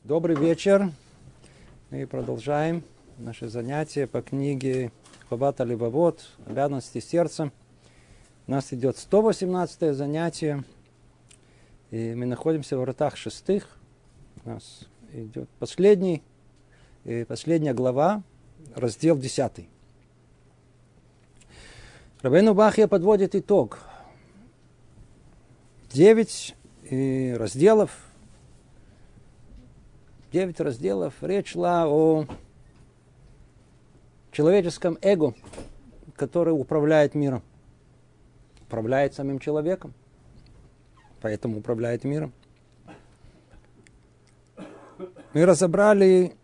Добрый вечер. Мы продолжаем наше занятие по книге Хават Левавот, обязанности сердца. У нас идет 118 занятие, и мы находимся в вратах шестых. У нас идет последняя глава, раздел 10. Рабейну Бахья подводит итог. 9 разделов. 9 разделов. Речь шла о человеческом эго, который управляет миром. Управляет самим человеком. Поэтому управляет миром. Мы разобрали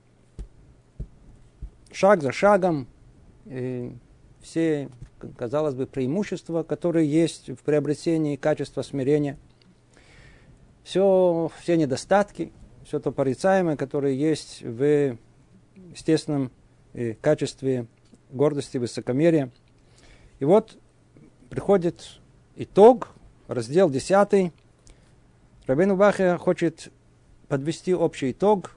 шаг за шагом все, казалось бы, преимущества, которые есть в приобретении качества смирения. Все недостатки, все то порицаемое, которое есть в естественном качестве гордости, высокомерия. И вот приходит итог, раздел 10. Рабейну Бахья хочет подвести общий итог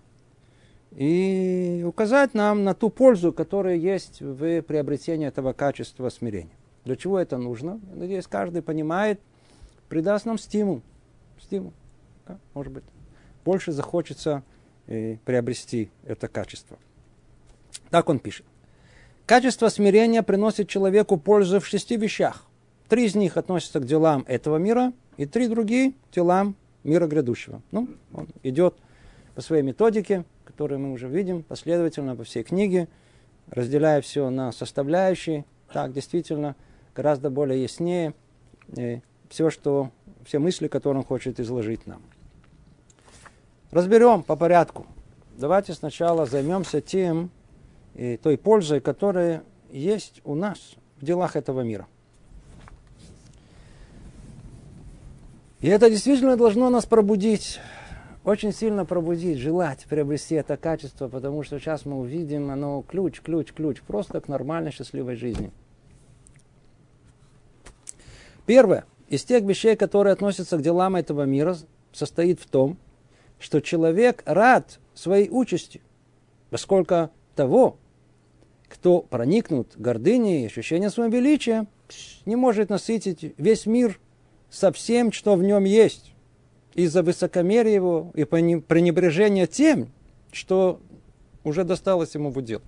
и указать нам на ту пользу, которая есть в приобретении этого качества смирения. Для чего это нужно? Я надеюсь, каждый понимает, придаст нам стимул. Да? Может быть, больше захочется приобрести это качество. Так он пишет. Качество смирения приносит человеку пользу в 6 вещах. 3 из них относятся к делам этого мира, и 3 другие к делам мира грядущего. Он идет по своей методике, которую мы уже видим, последовательно по всей книге, разделяя все на составляющие. Так, действительно, гораздо более яснее все мысли, которые он хочет изложить нам. Разберем по порядку. Давайте сначала займемся той пользой, которая есть у нас в делах этого мира. И это действительно должно нас пробудить, очень сильно пробудить, желать приобрести это качество, потому что сейчас мы увидим, оно ключ просто к нормальной счастливой жизни. Первое из тех вещей, которые относятся к делам этого мира, состоит в том, что человек рад своей участи, поскольку того, кто проникнут гордыней и ощущением своего величия, не может насытить весь мир со всем, что в нем есть, из-за высокомерия его и пренебрежения тем, что уже досталось ему в удел.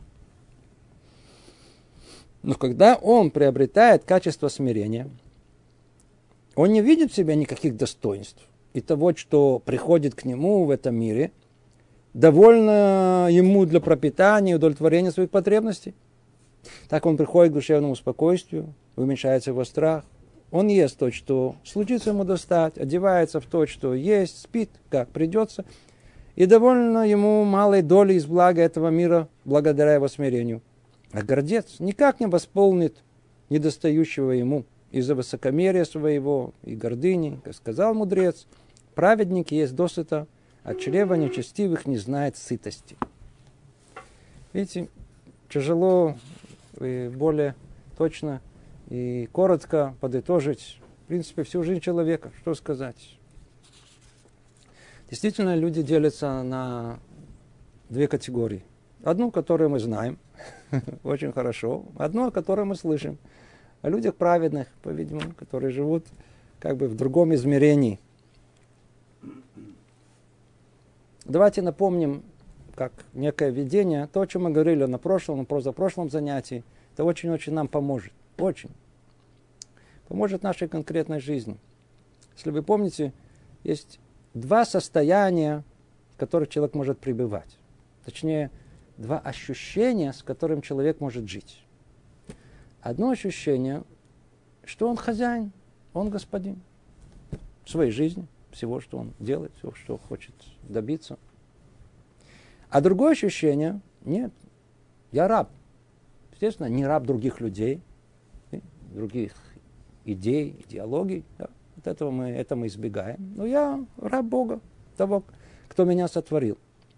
Но когда он приобретает качество смирения, он не видит в себе никаких достоинств и того, что приходит к нему в этом мире, довольно ему для пропитания и удовлетворения своих потребностей. Так он приходит к душевному спокойствию, уменьшается его страх. Он ест то, что случится ему достать, одевается в то, что есть, спит, как придется. И довольно ему малой доли из блага этого мира, благодаря его смирению. А гордец никак не восполнит недостающего ему из-за высокомерия своего и гордыни. Как сказал мудрец, праведник есть досыта, а чрево нечестивых не знает сытости. Видите, тяжело и более точно и коротко подытожить, в принципе, всю жизнь человека. Что сказать? Действительно, люди делятся на 2 категории. Одну, которую мы знаем, очень хорошо. Одну, о которой мы слышим. О людях праведных, по-видимому, которые живут как бы в другом измерении. Давайте напомним, как некое видение, то, о чем мы говорили на позапрошлом занятии, это очень-очень нам поможет. Очень. Поможет нашей конкретной жизни. Если вы помните, есть 2 состояния, в которых человек может пребывать. Точнее, 2 ощущения, с которым человек может жить. Одно ощущение, что он хозяин, он господин своей жизни, всего, что он делает, всего, что хочет добиться. А другое ощущение, нет, я раб. Естественно, не раб других людей, других идей, идеологий. Да. Вот это мы избегаем. Но я раб Бога, того, кто меня сотворил.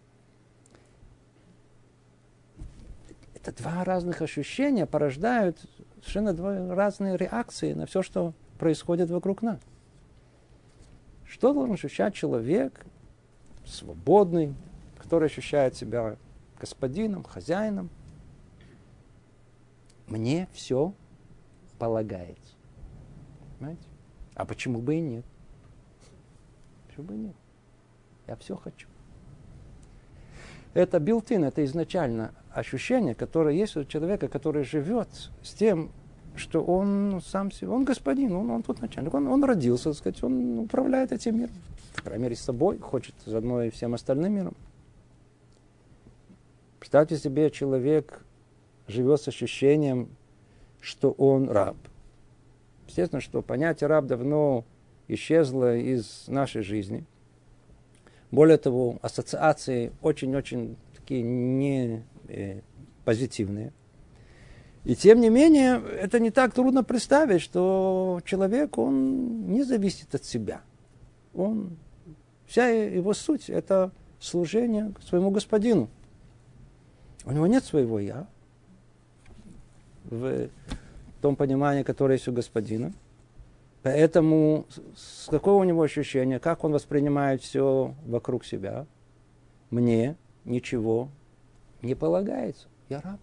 Это 2 разных ощущения порождают совершенно 2 разные реакции на все, что происходит вокруг нас. Что должен ощущать человек свободный, который ощущает себя господином, хозяином. Мне все полагается. Понимаете? А почему бы и нет? Почему бы и нет? Я все хочу. Это built-in, это изначально ощущение, которое есть у человека, который живет с тем, что он сам себе, он господин, он тут начальник, он родился, так сказать, он управляет этим миром. По крайней мере, с собой, хочет заодно и всем остальным миром. Представьте себе, человек живет с ощущением, что он раб. Естественно, что понятие раб давно исчезло из нашей жизни. Более того, ассоциации очень-очень такие не позитивные. И тем не менее, это не так трудно представить, что человек, он не зависит от себя. Вся его суть – это служение своему господину. У него нет своего «я» в том понимании, которое есть у господина. Поэтому с какого у него ощущения, как он воспринимает все вокруг себя? Мне ничего не полагается. Я раб.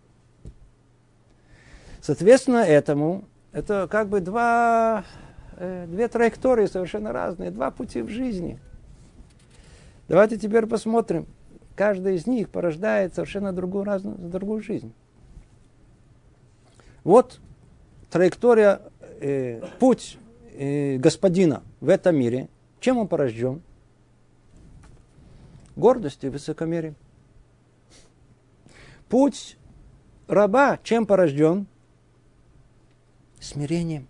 Соответственно, это как бы две траектории совершенно разные, два пути в жизни. Давайте теперь посмотрим. Каждый из них порождает совершенно другую жизнь. Вот траектория, путь господина в этом мире. Чем он порожден? Гордостью и высокомерием. Путь раба чем порожден? Смирением.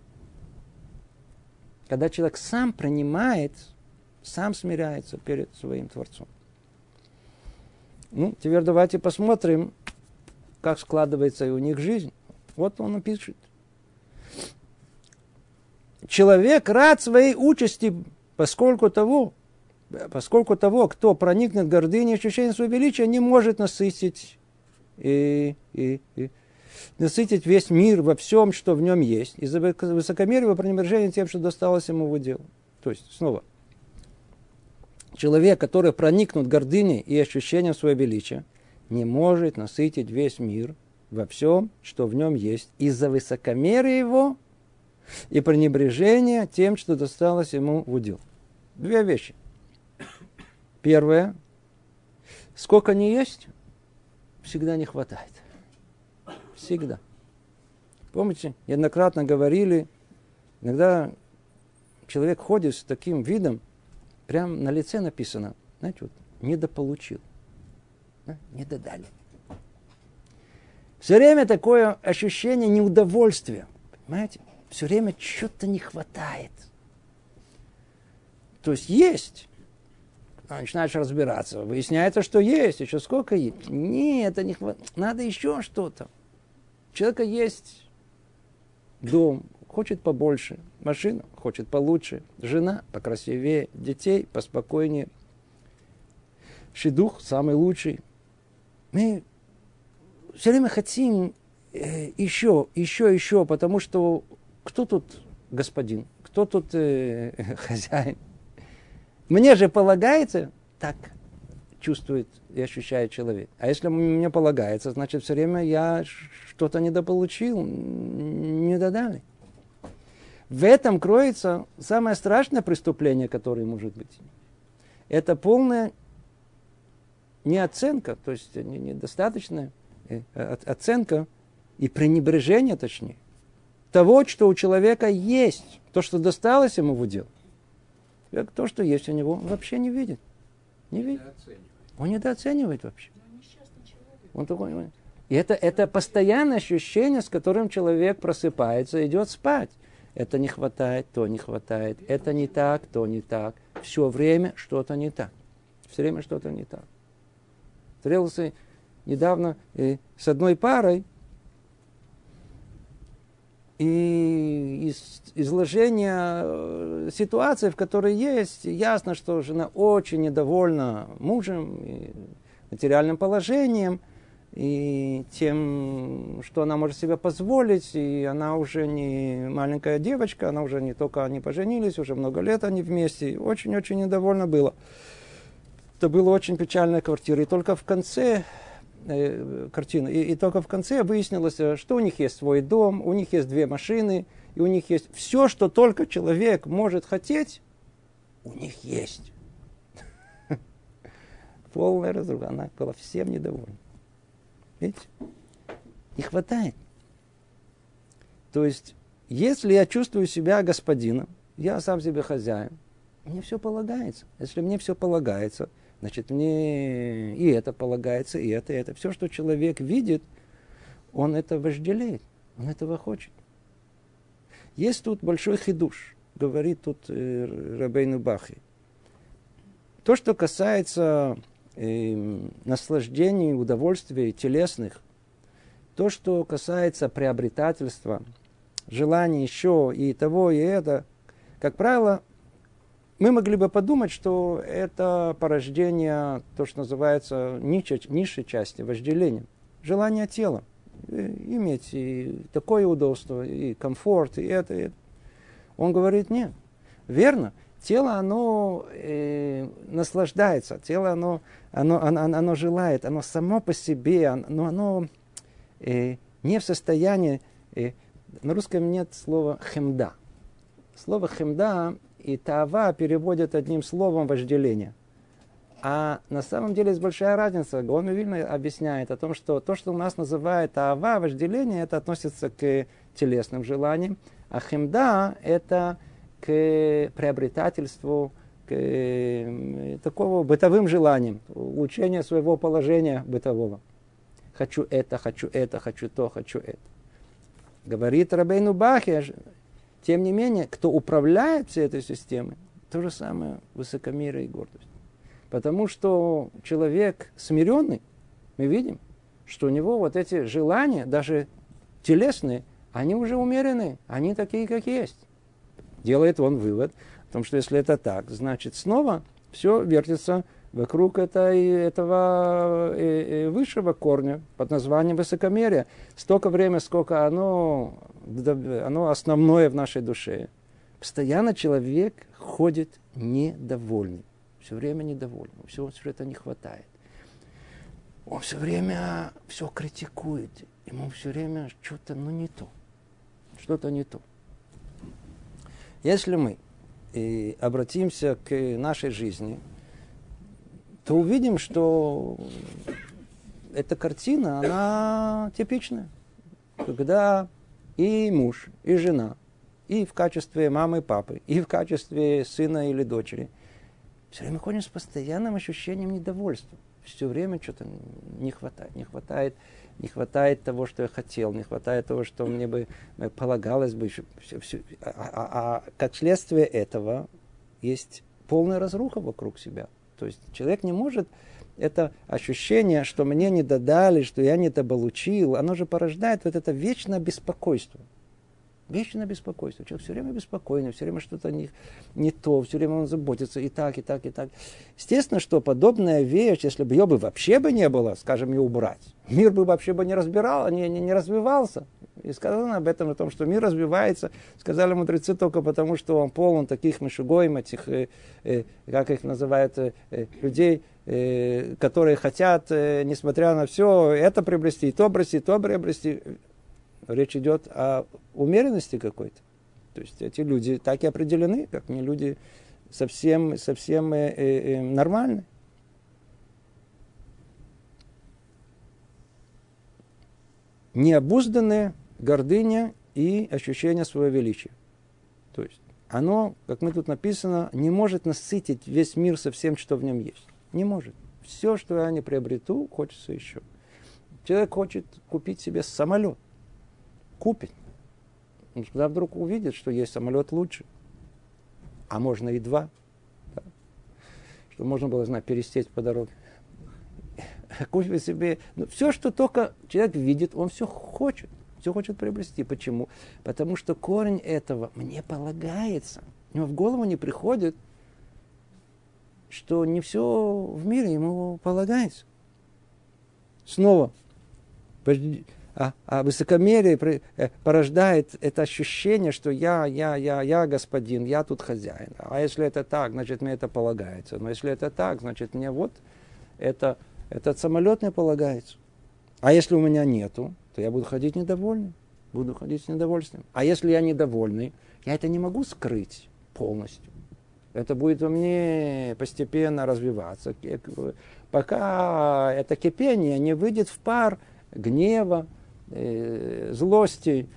Когда человек сам принимает, сам смиряется перед своим Творцом. Теперь давайте посмотрим, как складывается и у них жизнь. Вот он пишет. Человек рад своей участи, поскольку того, кто проникнет гордыней и ощущением своего величия, не может насытить весь мир во всем, что в нем есть, из-за высокомерия и пренебрежения тем, что досталось ему в удел. То есть, снова, человек, который проникнут гордыней и ощущением своего величия, не может насытить весь мир во всем, что в нем есть, из-за высокомерия его и пренебрежения тем, что досталось ему в удел. Две вещи. Первое. Сколько ни есть, всегда не хватает. Всегда. Помните, неоднократно говорили, иногда человек ходит с таким видом, прям на лице написано, знаете, вот, недополучил. Не додали. Все время такое ощущение неудовольствия. Понимаете? Все время что-то не хватает. То есть. Начинаешь разбираться. Выясняется, что есть. Еще сколько есть. Нет, это не хватает. Надо еще что-то. У человека есть дом, хочет побольше. Машина хочет получше. Жена покрасивее. Детей поспокойнее. Шидух самый лучший. Мы все время хотим еще, потому что кто тут господин? Кто тут хозяин? Мне же полагается, так чувствует и ощущает человек. А если мне полагается, значит, все время я что-то недополучил, не додали. В этом кроется самое страшное преступление, которое может быть. Это полная неоценка, то есть недостаточная оценка и пренебрежение, точнее, того, что у человека есть, то, что досталось ему в удел. То, что есть у него, вообще не видит. Не видит. Он недооценивает вообще. Он такой, и это постоянное ощущение, с которым человек просыпается и идет спать. Это не хватает, то не хватает. Это не так, то не так. Все время что-то не так. Все время что-то не так. Встретился недавно с одной парой, и из изложения ситуации, в которой есть, ясно, что жена очень недовольна мужем, и материальным положением, и тем, что она может себе позволить, и она уже не маленькая девочка, она уже не только они поженились, уже много лет они вместе, очень-очень недовольна была. Это была очень печальная квартира. И только в конце картины, и только в конце выяснилось, что у них есть свой дом, у них есть 2 машины, и у них есть все, что только человек может хотеть, у них есть. Полная разруха. Она была всем недовольна. Видите? Не хватает. То есть, если я чувствую себя господином, я сам себе хозяин, мне все полагается. Если мне все полагается, значит, мне и это полагается, и это, и это. Все, что человек видит, он это вожделеет, он этого хочет. Есть тут большой хидуш, говорит тут Рабейну Бахи. То, что касается наслаждений, удовольствий телесных, то, что касается приобретательства, желаний еще и того, и это, как правило, мы могли бы подумать, что это порождение, то, что называется низшей части, вожделения, желание тела, иметь и такое удобство, и комфорт, и это, и это. Он говорит, нет, верно, тело, оно наслаждается, тело, оно желает, оно само по себе, оно не в состоянии, на русском нет слова хемда. Слово хемда и таава переводят одним словом вожделение. А на самом деле есть большая разница. Гаон Вильна объясняет о том, что то, что у нас называют таава, вожделение, это относится к телесным желаниям, а хемда это к приобретательству, к такого бытовым желаниям, улучшение своего положения бытового. Хочу это, хочу это, хочу то, хочу это. Говорит Рабейну Бахи, тем не менее, кто управляет всей этой системой, то же самое высокомерие и гордость. Потому что человек смиренный, мы видим, что у него вот эти желания, даже телесные, они уже умеренные, они такие, как есть. Делает он вывод о том, что если это так, значит снова все вертится вокруг этого высшего корня под названием высокомерие. Столько времени, сколько оно основное в нашей душе. Постоянно человек ходит недовольный. Все время недовольный. Все это не хватает. Он все время все критикует. Ему все время что-то не то. Что-то не то. Если мы обратимся к нашей жизни, то увидим, что эта картина, она типичная. Когда и муж, и жена, и в качестве мамы и папы, и в качестве сына или дочери, все время ходим с постоянным ощущением недовольства. Все время что-то не хватает. Не хватает того, что я хотел, не хватает того, что мне бы полагалось бы. А как следствие этого есть полная разруха вокруг себя. То есть человек не может, это ощущение, что мне не додали, что я не дополучил, оно же порождает вот это вечное беспокойство. Вечное беспокойство. Человек все время беспокойный, все время что-то не то, все время он заботится и так, и так, и так. Естественно, что подобная вещь, если бы ее бы вообще бы не было, скажем, ее убрать, мир бы вообще бы не развивался. И сказано об этом, о том, что мир развивается, сказали мудрецы, только потому, что он полон таких мешугоим, этих, как их называют, людей, которые хотят, несмотря на все, это приобрести, то приобрести. Речь идет о умеренности какой-то. То есть эти люди так и определены, как не люди совсем нормальные. Необузданная гордыня и ощущение своего величия. То есть оно, как мы тут написано, не может насытить весь мир со всем, что в нем есть. Не может. Все, что я не приобрету, хочется еще. Человек хочет купить себе самолет. Купит. Когда вдруг увидит, что есть самолет лучше, а можно и 2, да? Что можно было, пересесть по дороге. Купить себе. Все, что только человек видит, он все хочет приобрести. Почему? Потому что корень этого мне полагается. У него в голову не приходит, что не все в мире ему полагается. Снова. А высокомерие порождает это ощущение, что я господин, я тут хозяин. А если это так, значит, мне это полагается. Но если это так, значит, мне вот этот самолет мне полагается. А если у меня нету, то я буду ходить недовольный. Буду ходить с недовольствием. А если я недовольный, я это не могу скрыть полностью. Это будет во мне постепенно развиваться, пока это кипение не выйдет в пар гнева, злости,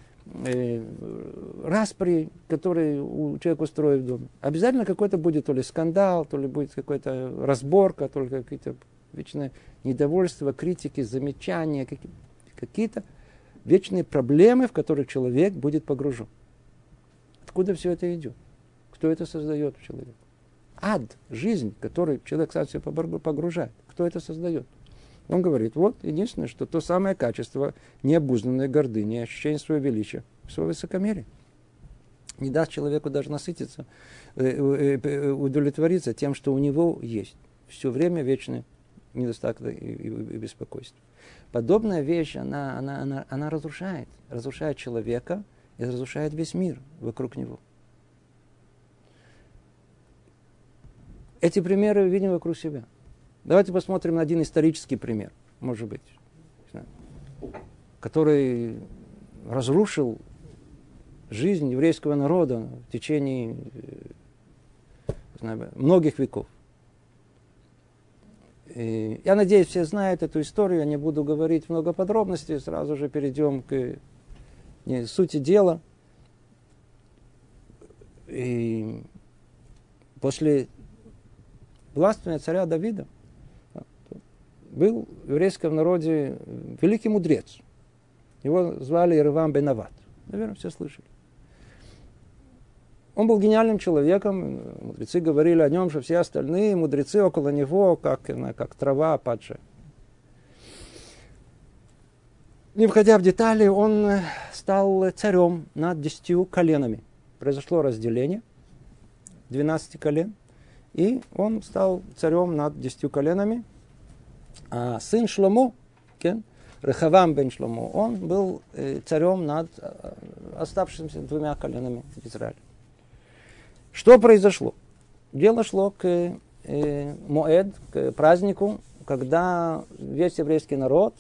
распри, которые у человека устроят в доме. Обязательно какой-то будет то ли скандал, то ли будет какая-то разборка, то ли какие-то вечные недовольства, критики, замечания, какие-то вечные проблемы, в которые человек будет погружен. Откуда все это идет? Кто это создает в человеке? Ад, жизнь, в которой человек сам себя погружает. Кто это создает? Он говорит, вот единственное, что то самое качество необузданной гордыни, ощущение своего величия, своего высокомерия. Не даст человеку даже насытиться, удовлетвориться тем, что у него есть. Все время вечный недостаток и беспокойство. Подобная вещь, она разрушает человека и разрушает весь мир вокруг него. Эти примеры видим вокруг себя. Давайте посмотрим на один исторический пример, может быть, который разрушил жизнь еврейского народа в течение многих веков. И я надеюсь, все знают эту историю, я не буду говорить много подробностей, сразу же перейдем к сути дела. И после властвования царя Давида был в еврейском народе великий мудрец. Его звали Иеровоам бен Нават. Наверное, все слышали. Он был гениальным человеком. Мудрецы говорили о нем, что все остальные мудрецы около него, как трава падшая. Не входя в детали, он стал царем над 10 коленами. Произошло разделение 12 колен. И он стал царем над 10 коленами. А сын Шломо, Рехавам бен Шломо, он был царем над оставшимися 2 коленами Израиля. Что произошло? Дело шло к Моэд, к празднику, когда весь еврейский народ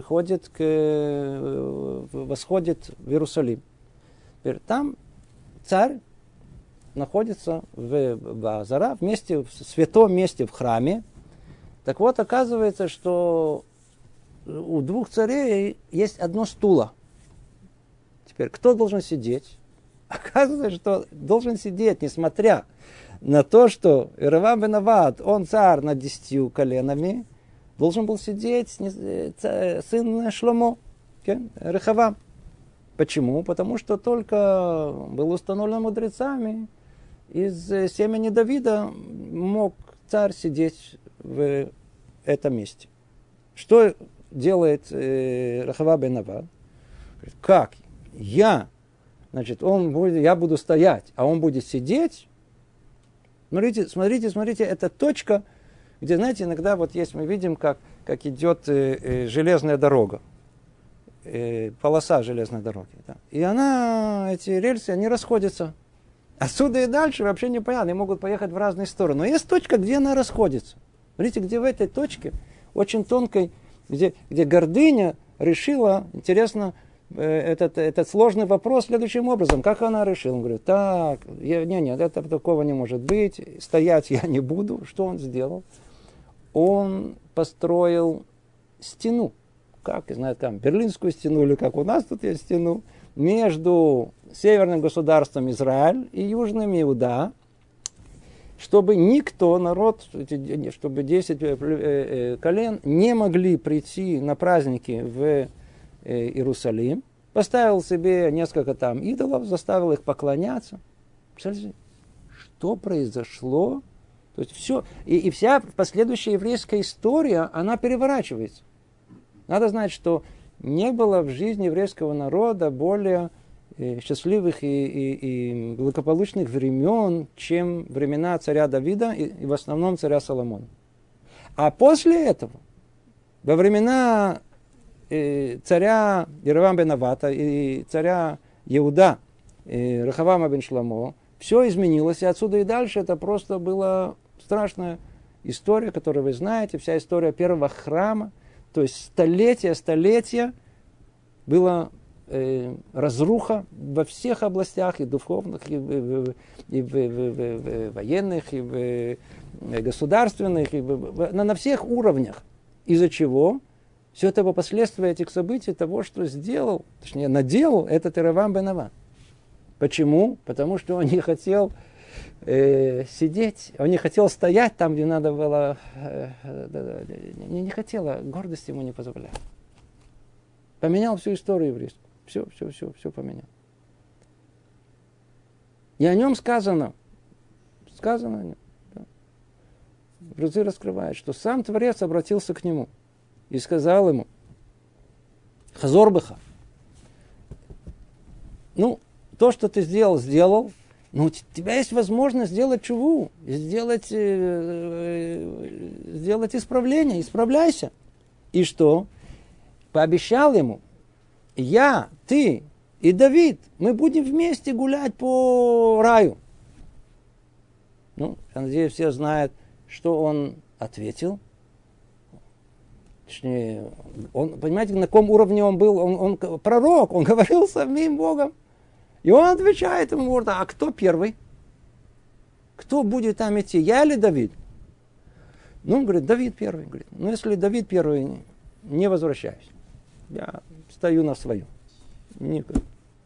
восходит в Иерусалим. Теперь там царь находится в Азара, в святом месте в храме. Так вот, оказывается, что у 2 царей есть одно стуло. Теперь, кто должен сидеть? Оказывается, что должен сидеть, несмотря на то, что Иеровоам бен Нават, он царь над 10 коленами, должен был сидеть сын Шломо, Рехавам. Почему? Потому что только было установлено мудрецами, из семени Давида мог царь сидеть в этом месте. Что делает Рехавам бен Нават? Как? Я буду стоять, а он будет сидеть. Смотрите, это точка, где, знаете, иногда вот есть, мы видим, как идет железная дорога, полоса железной дороги. Да. И эти рельсы, они расходятся. Отсюда и дальше вообще непонятно, они могут поехать в разные стороны. Но есть точка, где она расходится. Смотрите, где в этой точке, очень тонкой, где гордыня решила, интересно, этот сложный вопрос следующим образом. Как она решила? Он говорит, нет, это такого не может быть, стоять я не буду. Что он сделал? Он построил стену, как, знаю, там, Берлинскую стену, или как у нас тут есть стену, между северным государством Израиль и южным Иуда, чтобы чтобы 10 колен не могли прийти на праздники в Иерусалим, поставил себе несколько там идолов, заставил их поклоняться. Представляете, что произошло? То есть все, и вся последующая еврейская история, она переворачивается. Надо знать, что не было в жизни еврейского народа более счастливых и благополучных времен, чем времена царя Давида и в основном царя Соломона. А после этого, во времена царя Яровам бен Навата и царя Иуда Рахавама бен Шламо, все изменилось, и отсюда и дальше это просто была страшная история, которую вы знаете, вся история первого храма, то есть столетия была разруха во всех областях, и духовных, и военных, и государственных, и на всех уровнях. Из-за чего? Все это последствия этих событий того, что сделал, точнее, наделал этот Яровам бен Нават. Почему? Потому что он не хотел сидеть, он не хотел стоять там, где надо было, не хотел, гордость ему не позволяла. Поменял всю историю еврейскую. Все поменял. И о нем сказано о нем. Да. Рузы раскрывает, что сам Творец обратился к нему и сказал ему: Хазор беха. Ну, то, что ты сделал, но у тебя есть возможность сделать чуву, сделать исправление, исправляйся. И что? Пообещал ему: я, ты и Давид, мы будем вместе гулять по раю. Ну, я надеюсь, все знают, что он ответил. Точнее, он, понимаете, на каком уровне он был? Он пророк, он говорил с самим Богом. И он отвечает ему: говорит: а кто первый? Кто будет там идти, я или Давид? Ну, он говорит: Давид первый. Говорит: ну, если Давид первый, не возвращаюсь. Я стою на своем. Никуда.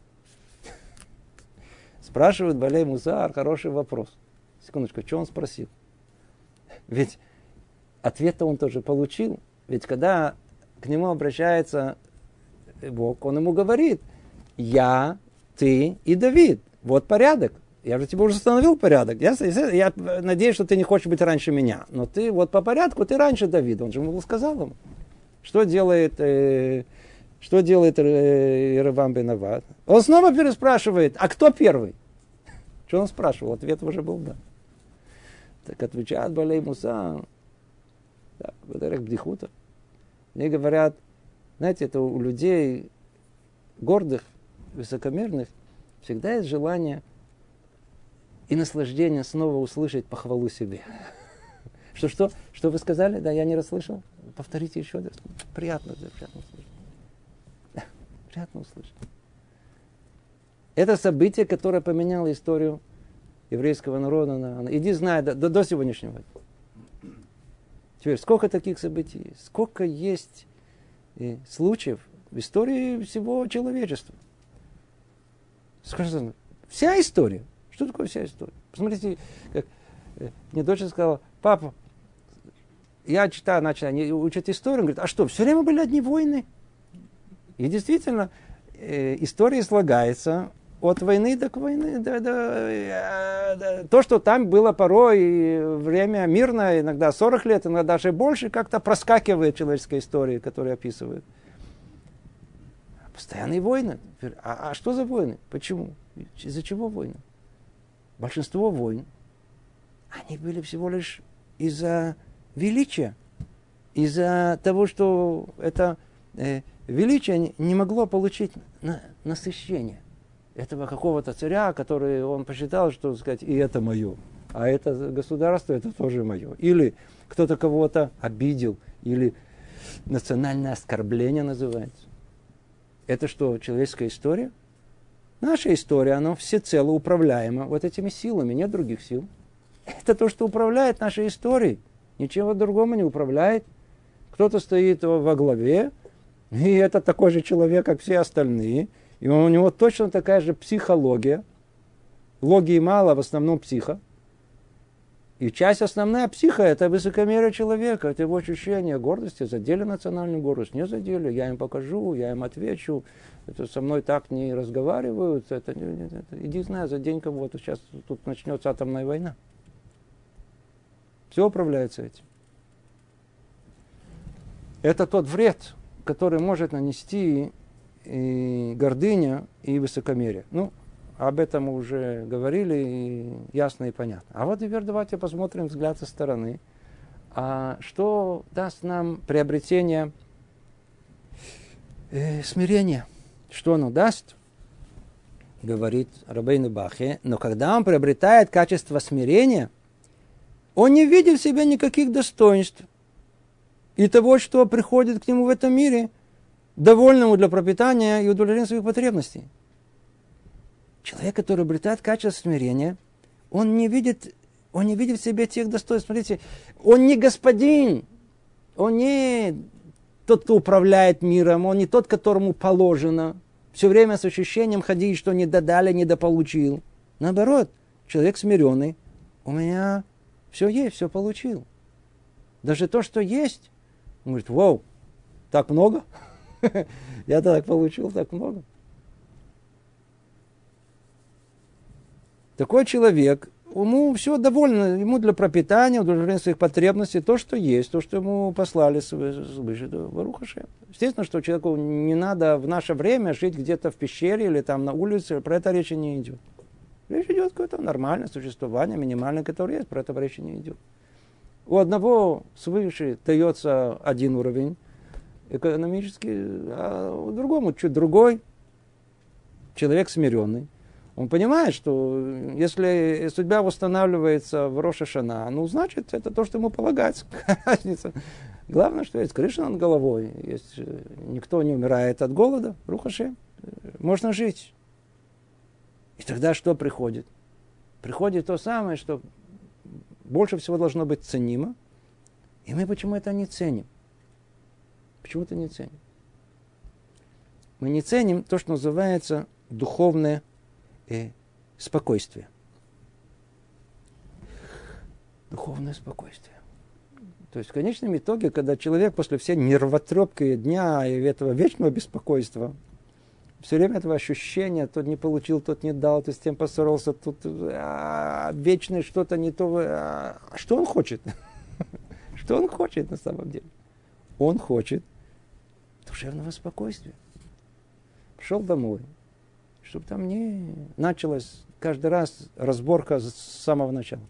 Спрашивает Балей Мусар, хороший вопрос. Секундочку, что он спросил? Ведь ответ-то он тоже получил. Ведь когда к нему обращается Бог, он ему говорит: я, ты и Давид. Вот порядок. Я же тебе уже установил порядок. Я надеюсь, что ты не хочешь быть раньше меня. Но ты вот по порядку, ты раньше Давида. Он же ему сказал ему. Что делает Яровам бен Нават? Он снова переспрашивает: а кто первый? Что он спрашивал? Ответ уже был да. Так отвечает Балей Мусар. Да, в бдихута. Мне говорят, знаете, это у людей гордых, высокомерных всегда есть желание и наслаждение снова услышать похвалу себе. Что вы сказали? Да, я не расслышал. Повторите еще раз. Приятно услышать. Приятно услышать. Это событие, которое поменяло историю еврейского народа. Иди знай до сегодняшнего. Теперь, сколько таких событий, сколько есть случаев в истории всего человечества. Скажем, вся история. Что такое вся история? Посмотрите, как мне дочь сказала: папа, я читаю, они учат историю, он говорит: а что, все время были одни войны? И действительно, история слагается от войны до войны. То, что там было порой время мирное, иногда 40 лет, иногда даже больше, как-то проскакивает человеческая история, которую описывают. Постоянные войны. А что за войны? Почему? Из-за чего войны? Большинство войн, они были всего лишь из-за величия. Из-за того, что это величие не могло получить насыщение этого какого-то царя, который он посчитал, что сказать, и это мое, а это государство, это тоже мое. Или кто-то кого-то обидел, или национальное оскорбление называется. Это что, человеческая история? Наша история, она всецело управляема вот этими силами, нет других сил. Это то, что управляет нашей историей. Ничего другого не управляет. Кто-то стоит во главе, и это такой же человек, как все остальные. И у него точно такая же психология. Логии мало, в основном психа. И часть основная психа – это высокомерие человека, это его ощущение гордости. Задели национальную гордость, не задели, я им покажу, я им отвечу. Это со мной так не разговаривают. Иди знай, за день кого-то сейчас тут начнется атомная война. Все управляется этим. Это тот вред, который может нанести и гордыня, и высокомерие. Ну, об этом мы уже говорили, и ясно и понятно. А вот теперь давайте посмотрим взгляд со стороны. А что даст нам приобретение смирение. Что оно даст? Говорит Рабейну Бахе. Но когда он приобретает качество смирения, он не видит в себе никаких достоинств. И того, что приходит к нему в этом мире, довольному для пропитания и удовлетворения своих потребностей. Человек, который обретает качество смирения, он не видит в себе тех достоинств. Смотрите, он не господин, он не тот, кто управляет миром, он не тот, которому положено все время с ощущением ходить, что не додали, недополучил. Наоборот, человек смиренный, у меня все есть, все получил. Даже то, что есть, он говорит, вау, так много? Я так получил, так много. Такой человек, ему все довольно, ему для пропитания, удовлетворения своих потребностей, то, что есть, то, что ему послали свыше, Барух Ашем. Естественно, что человеку не надо в наше время жить где-то в пещере или там на улице, про это речи не идет. Речь идет о какое-то нормальное существование, минимальное, которое есть, про это речи не идет. У одного свыше дается один уровень экономический, а у другому чуть другой. Человек смиренный. Он понимает, что если судьба восстанавливается в Рош ха-Шана, ну, значит, это то, что ему полагается. Разница. Главное, что есть крыша над головой. Есть, никто не умирает от голода. Барух Ашем. Можно жить. И тогда что приходит? Приходит то самое, что больше всего должно быть ценимо. И мы почему это не ценим? Почему-то не ценим. Мы не ценим то, что называется духовное спокойствие. Духовное спокойствие. То есть в конечном итоге, когда человек после всей нервотрепки дня и этого вечного беспокойства, все время этого ощущения, тот не получил, тот не дал, ты с тем поссорился, тут вечное что-то не то. Что он хочет? Что он хочет на самом деле? Он хочет душевного спокойствия. Пришел домой, чтобы там не началась каждый раз разборка с самого начала.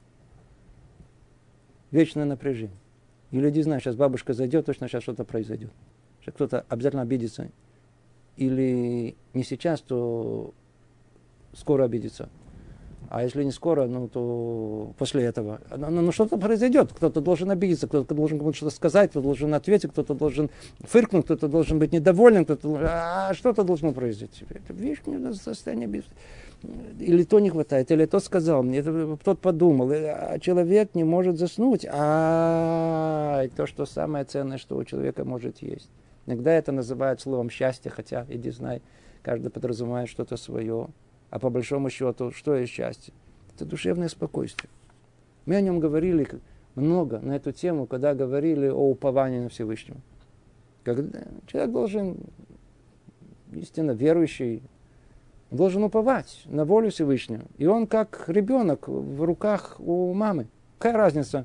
Вечное напряжение. И люди знают, сейчас бабушка зайдет, точно сейчас что-то произойдет. Сейчас кто-то обязательно обидится. Или не сейчас, то скоро обидится. А если не скоро, ну, то после этого. Ну, что-то произойдет. Кто-то должен обидеться, кто-то должен кому-то что-то сказать, кто-то должен ответить, кто-то должен фыркнуть, кто-то должен быть недоволен, что-то должно произойти. Это вечное состояние. Или то не хватает, или тот сказал мне, тот подумал, а человек не может заснуть. То, что самое ценное, что у человека может есть. Иногда это называют словом счастье, хотя, иди знай, каждый подразумевает что-то свое. А по большому счету, что есть счастье? Это душевное спокойствие. Мы о нем говорили много на эту тему, когда говорили о уповании на Всевышнего. Когда человек должен, истинно верующий, должен уповать на волю Всевышнего. И он как ребенок в руках у мамы. Какая разница,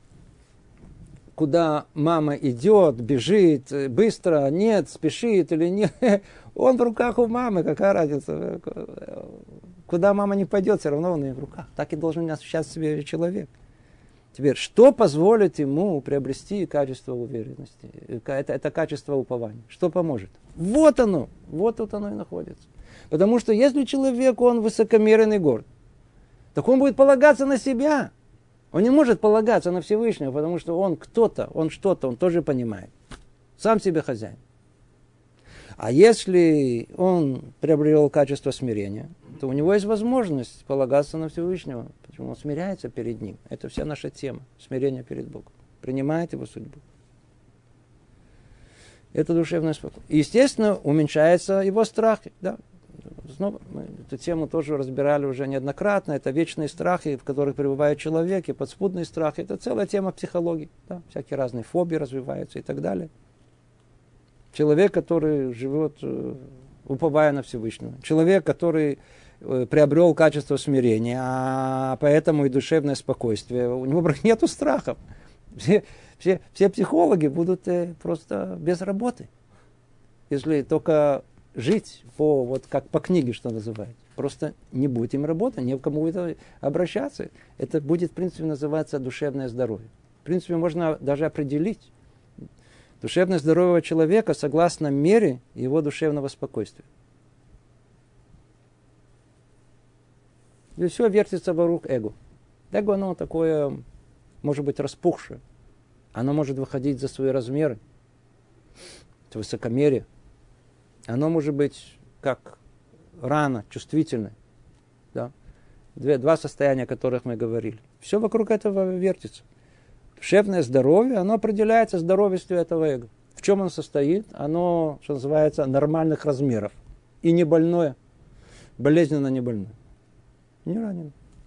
куда мама идет, бежит, быстро, нет, спешит или нет. Он в руках у мамы, какая разница. Куда мама не пойдет, все равно он в руках. Так и должен ощущать себя человек. Теперь, что позволит ему приобрести качество уверенности? Это качество упования. Что поможет? Вот оно. Вот тут оно и находится. Потому что если человек, он высокомерный и горд, так он будет полагаться на себя. Он не может полагаться на Всевышнего, потому что он кто-то, он что-то, он тоже понимает. Сам себе хозяин. А если он приобрел качество смирения, то у него есть возможность полагаться на Всевышнего, потому что он смиряется перед ним. Это вся наша тема. Смирение перед Богом. Принимает его судьбу. Это душевное спокойствие. И, естественно, уменьшается его страх. Да. Снова мы эту тему тоже разбирали уже неоднократно. Это вечные страхи, в которых пребывает человек, и подспудные страхи. Это целая тема психологии. Да. Всякие разные фобии развиваются и так далее. Человек, который живет, уповая на Всевышнего. Человек, который приобрел качество смирения, а поэтому и душевное спокойствие. У него нету страхов. Все психологи будут просто без работы. Если только жить как по книге, что называется. Просто не будет им работы, не к кому это обращаться. Это будет, в принципе, называться душевное здоровье. В принципе, можно даже определить. Душевное здоровье человека согласно мере его душевного спокойствия. И все вертится вокруг эго. Эго, оно такое, может быть, распухшее. Оно может выходить за свои размеры. Это высокомерие. Оно может быть как рана, чувствительное. Да? Два состояния, о которых мы говорили. Все вокруг этого вертится. Душевное здоровье, оно определяется здоровьем этого эго. В чем оно состоит? Оно, что называется, нормальных размеров. И не больное. Болезненно не больное. Не ранено.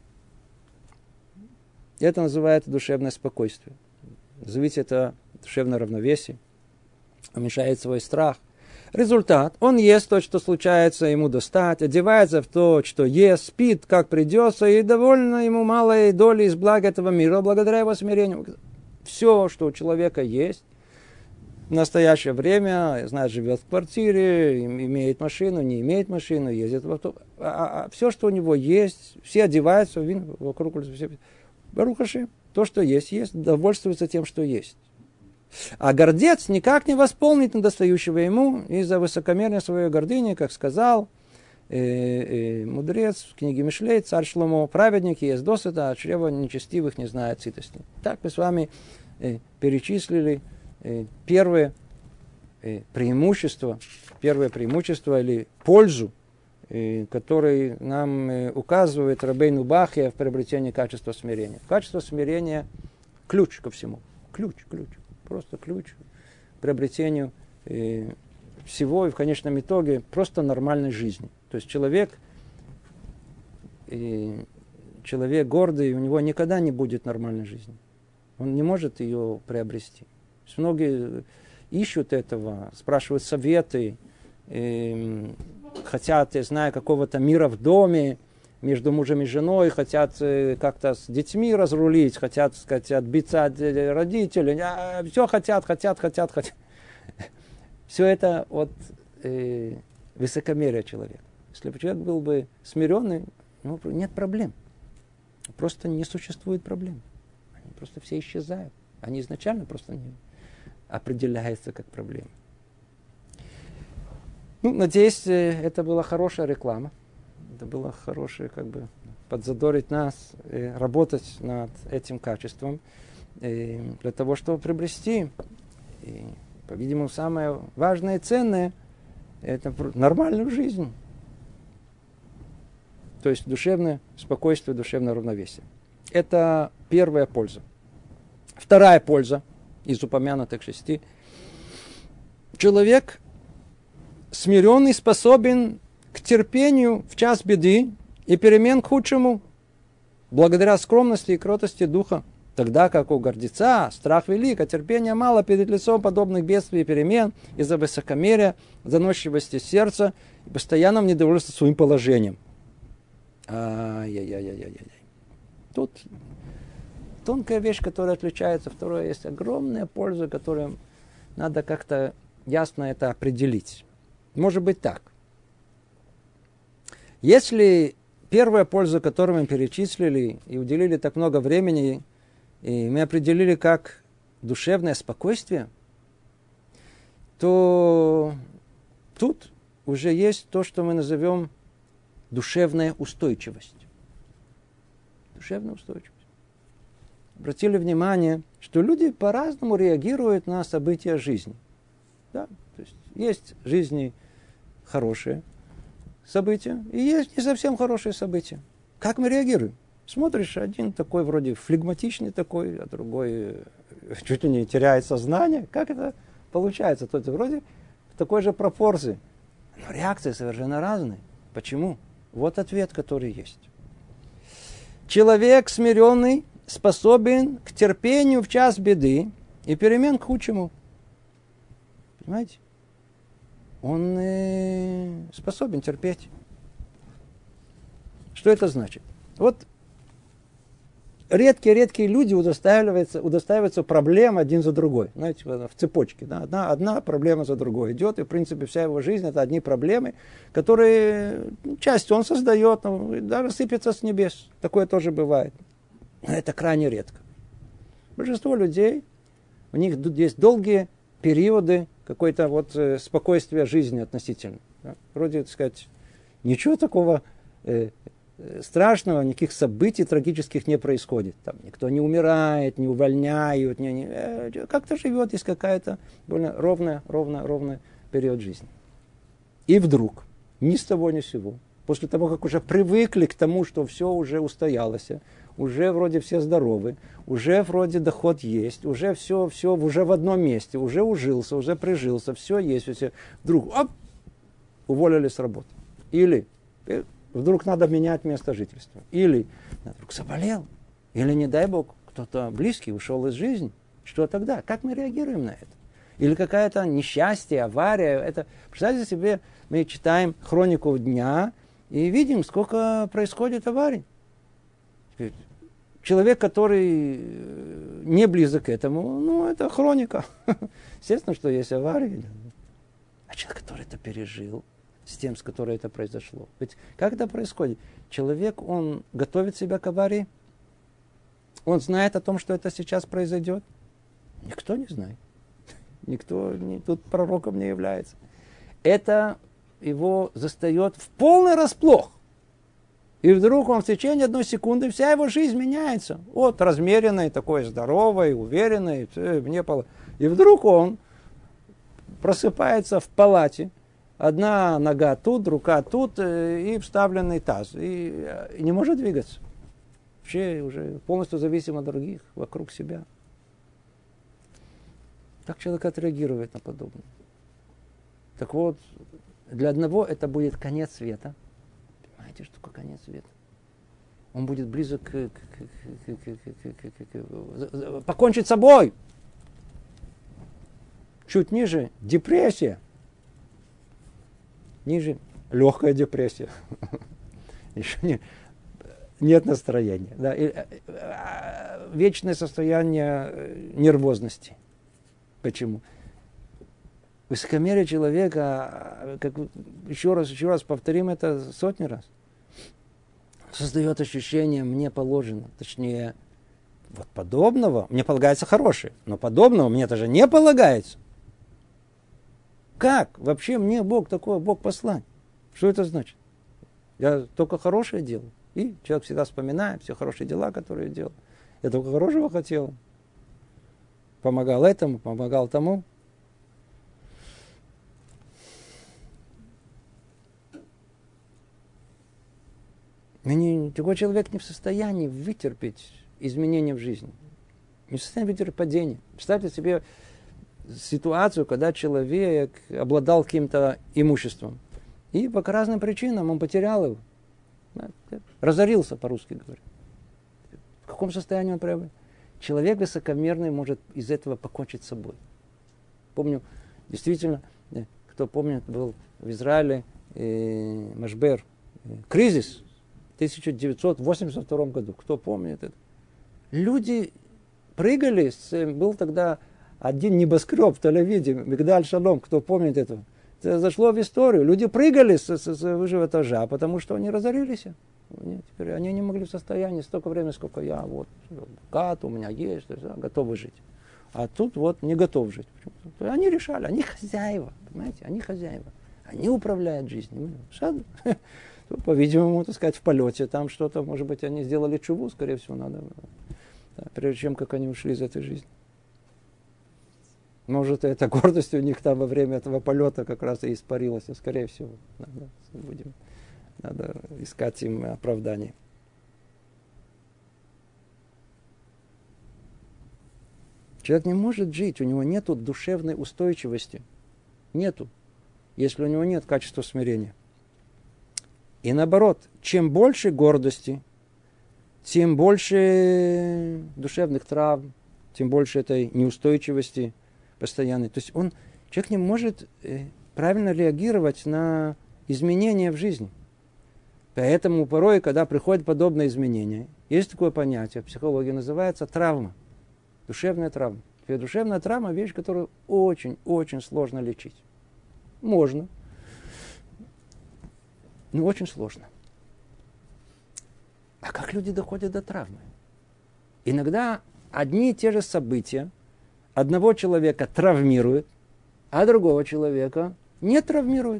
Это называется душевное спокойствие. Назовите это душевное равновесие. Уменьшает свой страх. Результат. Он ест то, что случается ему достать, одевается в то, что ест, спит, как придется, и довольно ему малой доли из блага этого мира, благодаря его смирению. Все, что у человека есть, в настоящее время, знает, живет в квартире, имеет машину, не имеет машину, ездит в автобус. Все, что у него есть, все одеваются вокруг. Барух Ашем. То, что есть, довольствуется тем, что есть. А гордец никак не восполнит недостающего ему из-за высокомерной своей гордыни, как сказал мудрец в книге Мишлей, царь Шломо: праведник ест досыта, а чрево нечестивых не знает сытости. Так мы с вами перечислили первое преимущество или пользу, который нам указывает Рабейну Бахья в приобретении качества смирения. Качество смирения – ключ ко всему. Ключ. Просто ключ к приобретению всего и в конечном итоге просто нормальной жизни. То есть человек гордый, у него никогда не будет нормальной жизни. Он не может ее приобрести. Многие ищут этого, спрашивают советы, хотят, зная какого-то мира в доме, между мужем и женой, хотят как-то с детьми разрулить, хотят, сказать, отбиться от родителей, все хотят. Все это от высокомерия человека. Если бы человек был бы смиренный, нет проблем. Просто не существует проблем. Они просто все исчезают. Они изначально просто не определяются как проблемы. Надеюсь, это была хорошая реклама. Это было хорошее, подзадорить нас работать над этим качеством для того, чтобы приобрести, по-видимому, самое важное и ценное – это нормальную жизнь. То есть душевное спокойствие, душевное равновесие. Это первая польза. Вторая польза из упомянутых 6. Человек смиренный способен к терпению в час беды и перемен к худшему, благодаря скромности и кротости духа, тогда как у гордеца страх велик, а терпения мало перед лицом подобных бедствий и перемен из-за высокомерия, заносчивости сердца и постоянного недовольства своим положением. Тут тонкая вещь, которая отличается. Второе, есть огромная польза, которую надо как-то ясно это определить. Может быть так. Если первая польза, которую мы перечислили и уделили так много времени, и мы определили как душевное спокойствие, то тут уже есть то, что мы назовем душевная устойчивость. Душевная устойчивость. Обратили внимание, что люди по-разному реагируют на события жизни. Да? То есть жизни хорошие события, и есть не совсем хорошие события. Как мы реагируем? Смотришь, один такой вроде флегматичный такой, а другой чуть ли не теряет сознание. Как это получается? Тот вроде в такой же пропорции. Но реакции совершенно разные. Почему? Вот ответ, который есть. Человек смиренный способен к терпению в час беды и перемен к худшему. Понимаете? Он способен терпеть. Что это значит? Вот редкие люди удостаиваются проблем один за другой. Знаете, в цепочке. Да? Одна проблема за другой идет, и в принципе вся его жизнь это одни проблемы, которые частью он создает, но даже сыпется с небес. Такое тоже бывает. Но это крайне редко. Большинство людей, у них есть долгие периоды какой-то вот спокойствия жизни относительно. Да? Вроде, так сказать, ничего такого страшного, никаких событий трагических не происходит. Там никто не умирает, не увольняют, как-то живет, есть какая-то довольно ровная период жизни. И вдруг, ни с того ни с сего, после того, как уже привыкли к тому, что все уже устоялось, уже вроде все здоровы, уже вроде доход есть, уже все уже в одном месте, уже ужился, уже прижился, все есть, все. Вдруг уволили с работы. Или вдруг надо менять место жительства. Или вдруг заболел. Или, не дай Бог, кто-то близкий ушел из жизни. Что тогда? Как мы реагируем на это? Или какое-то несчастье, авария. Это, представьте себе, мы читаем хронику дня и видим, сколько происходит аварий. Человек, который не близок к этому, это хроника. Естественно, что есть аварии. А человек, который это пережил, с тем, с которой это произошло. Ведь как это происходит? Человек, он готовит себя к аварии? Он знает о том, что это сейчас произойдет? Никто не знает. Никто тут пророком не является. Это его застает в полный расплох. И вдруг он в течение 1 секунды, вся его жизнь меняется. От размеренной, такой здоровой, уверенной. И вдруг он просыпается в палате. Одна нога тут, рука тут, и вставленный таз. И не может двигаться. Вообще уже полностью зависим от других, вокруг себя. Как человек отреагирует на подобное? Так вот, для одного это будет конец света. Понимаете, что такое конец света? Он будет близок покончить с собой. Чуть ниже депрессия. Ниже легкая депрессия. Еще нет настроения. Да. Вечное состояние нервозности. Почему? Высокомерие человека, еще раз повторим это сотни раз, создает ощущение «мне положено». Точнее, вот подобного мне полагается хорошее, но подобного мне даже не полагается. Как вообще мне Бог такой, Бог послать? Что это значит? Я только хорошее делаю. И человек всегда вспоминает все хорошие дела, которые делал. Я только хорошего хотел. Помогал этому, помогал тому. Такой человек не в состоянии вытерпеть изменения в жизни. Не в состоянии вытерпеть падение. Представьте себе ситуацию, когда человек обладал каким-то имуществом. И по разным причинам он потерял его. Разорился, по-русски говоря. В каком состоянии он проявляет? Человек высокомерный может из этого покончить с собой. Помню, действительно, кто помнит, был в Израиле Машбер, кризис в 1982 году. Кто помнит это? Люди прыгали, был тогда один небоскреб в Тель-Авиве, Мигдаль Шалом, кто помнит этого. Это зашло в историю. Люди прыгали с выживого этажа, потому что они разорились. Теперь они не могли в состоянии столько времени, сколько я. Вот, богат, у меня есть, готовы жить. А тут вот не готов жить. Они решали, они хозяева, понимаете, они хозяева. Они управляют жизнью. По-видимому, так сказать, в полете там что-то, может быть, они сделали чуву, скорее всего, надо, прежде чем как они ушли из этой жизни. Может, эта гордость у них там во время этого полета как раз и испарилась, скорее всего. Надо искать им оправдание. Человек не может жить, у него нет душевной устойчивости. Нету, если у него нет качества смирения. И наоборот, чем больше гордости, тем больше душевных травм, тем больше этой неустойчивости постоянной. То есть человек не может правильно реагировать на изменения в жизни. Поэтому порой, когда приходят подобные изменения, есть такое понятие в психологии, называется травма. Душевная травма. И душевная травма – вещь, которую очень-очень сложно лечить. Можно, но очень сложно. А как люди доходят до травмы? Иногда одни и те же события одного человека травмируют, а другого человека не травмирует.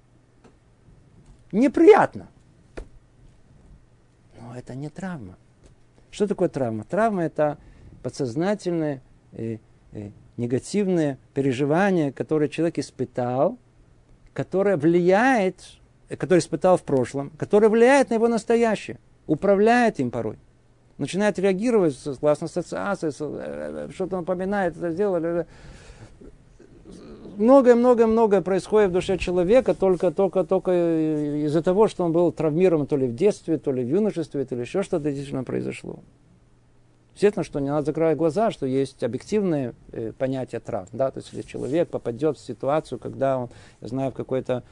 Неприятно. Но это не травма. Что такое травма? Травма – это подсознательное негативное переживание, которое человек испытал, которое влияет, которое испытал в прошлом, которое влияет на его настоящее, управляет им порой. Начинает реагировать согласно ассоциации, что-то напоминает, это сделали. Многое происходит в душе человека только из-за того, что он был травмирован то ли в детстве, то ли в юношестве, то ли еще что-то действительно произошло. Естественно, что не надо закрывать глаза, что есть объективное понятие травм. Да? То есть, если человек попадет в ситуацию, когда он, я знаю, в какой-то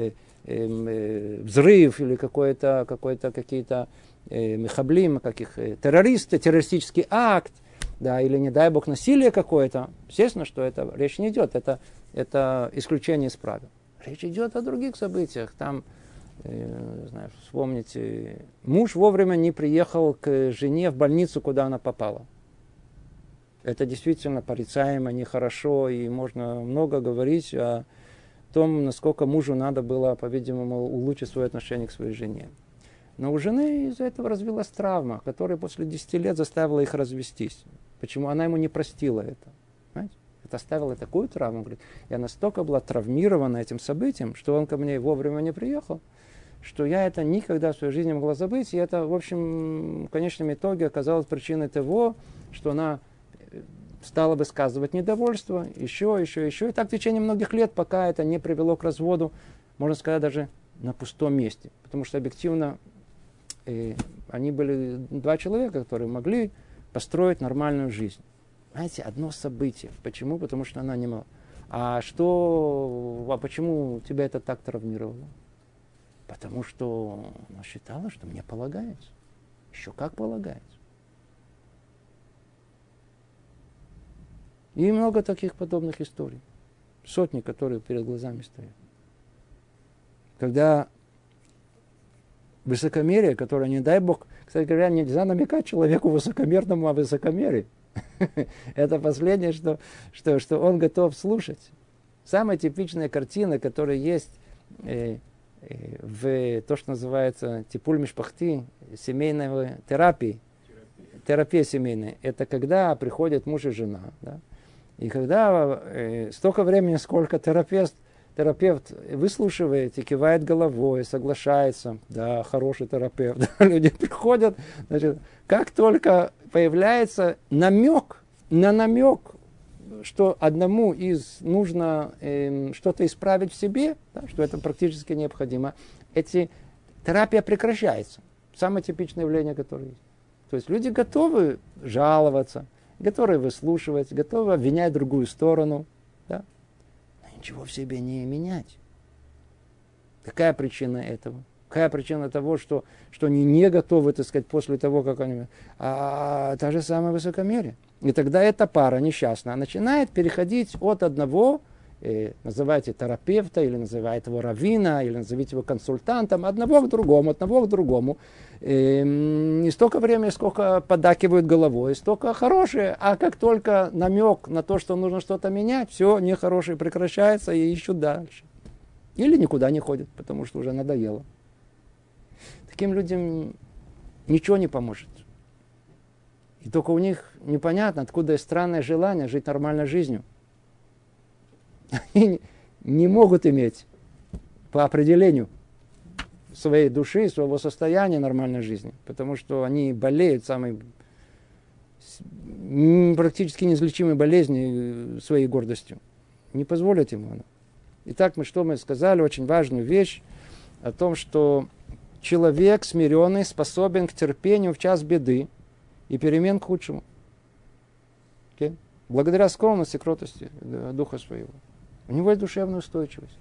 взрыв или какие-то мехаблим, террористы, террористический акт, да, или, не дай бог, насилие какое-то, естественно, что это речь не идет, это исключение из правил. Речь идет о других событиях. Там, не знаю, вспомните, муж вовремя не приехал к жене в больницу, куда она попала. Это действительно порицаемо, нехорошо, и можно много говорить о том, насколько мужу надо было, по-видимому, улучшить свое отношение к своей жене. Но у жены из-за этого развилась травма, которая после 10 лет заставила их развестись. Почему? Она ему не простила это. Понимаете? Это оставило такую травму. Говорит, я настолько была травмирована этим событием, что он ко мне вовремя не приехал, что я это никогда в своей жизни не могла забыть. И это, в общем, в конечном итоге оказалось причиной того, что она стала высказывать недовольство, еще. И так в течение многих лет, пока это не привело к разводу, можно сказать, даже на пустом месте. Потому что объективно они были два человека, которые могли построить нормальную жизнь. Знаете, одно событие. Почему? Потому что она не могла. А почему тебя это так травмировало? Потому что она считала, что мне полагается. Еще как полагается. И много таких подобных историй. Сотни, которые перед глазами стоят. Когда высокомерие, которое, не дай бог, кстати говоря, нельзя намекать человеку высокомерному о высокомерии. Это последнее, что он готов слушать. Самая типичная картина, которая есть в то, что называется типуль мишпахти, семейной терапии, терапия семейная, это когда приходят муж и жена. Да? И когда столько времени, сколько терапевт выслушивает и кивает головой, соглашается, да, хороший терапевт, люди приходят, значит, как только появляется намек, что одному из нужно что-то исправить в себе, да, что это практически необходимо, терапия прекращается. Самое типичное явление, которое есть. То есть люди готовы жаловаться, готовы выслушивать, готовы обвинять другую сторону, да? Но ничего в себе не менять. Какая причина этого? Какая причина того, что они не готовы, так сказать, после того, как они... та же самая высокомерие. И тогда эта пара несчастная начинает переходить от одного, называйте терапевта, или называйте его раввина, или назовите его консультантом, одного к другому. Не столько времени, сколько поддакивают головой, столько хорошие, а как только намек на то, что нужно что-то менять, все нехорошее прекращается и ищут дальше. Или никуда не ходят, потому что уже надоело. Таким людям ничего не поможет. И только у них непонятно, откуда есть странное желание жить нормальной жизнью. Они не могут иметь по определению своей души, своего состояния нормальной жизни, потому что они болеют самой практически неизлечимой болезнью своей гордостью. Не позволят ему она. Итак, что мы сказали, очень важную вещь о том, что человек смиренный способен к терпению в час беды и перемен к худшему. Okay? Благодаря скромности, кротости духа своего. У него есть душевная устойчивость.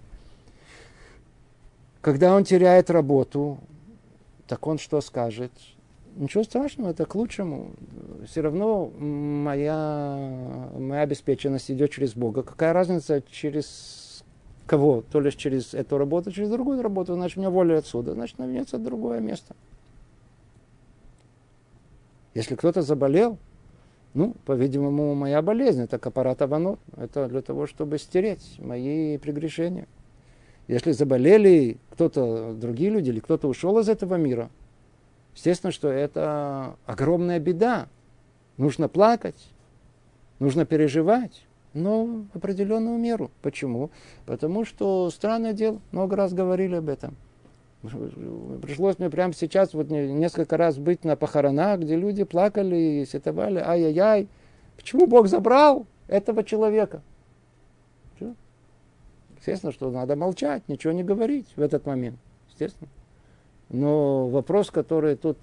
Когда он теряет работу, так он что скажет? Ничего страшного, это к лучшему. Все равно моя обеспеченность идет через Бога. Какая разница, через кого? То ли через эту работу, через другую работу. Значит, меня уволили отсюда, значит, найдется другое место. Если кто-то заболел, Ну, по-видимому, моя болезнь, это капарат аванот, это для того, чтобы стереть мои прегрешения. Если заболели кто-то, другие люди, или кто-то ушел из этого мира, естественно, что это огромная беда. Нужно плакать, нужно переживать, но в определенную меру. Почему? Потому что странное дело, много раз говорили об этом. Пришлось мне прямо сейчас вот несколько раз быть на похоронах, где люди плакали и сетовали, ай-яй-яй, почему Бог забрал этого человека? Что? Естественно, что надо молчать, ничего не говорить в этот момент, естественно. Но вопрос, который тут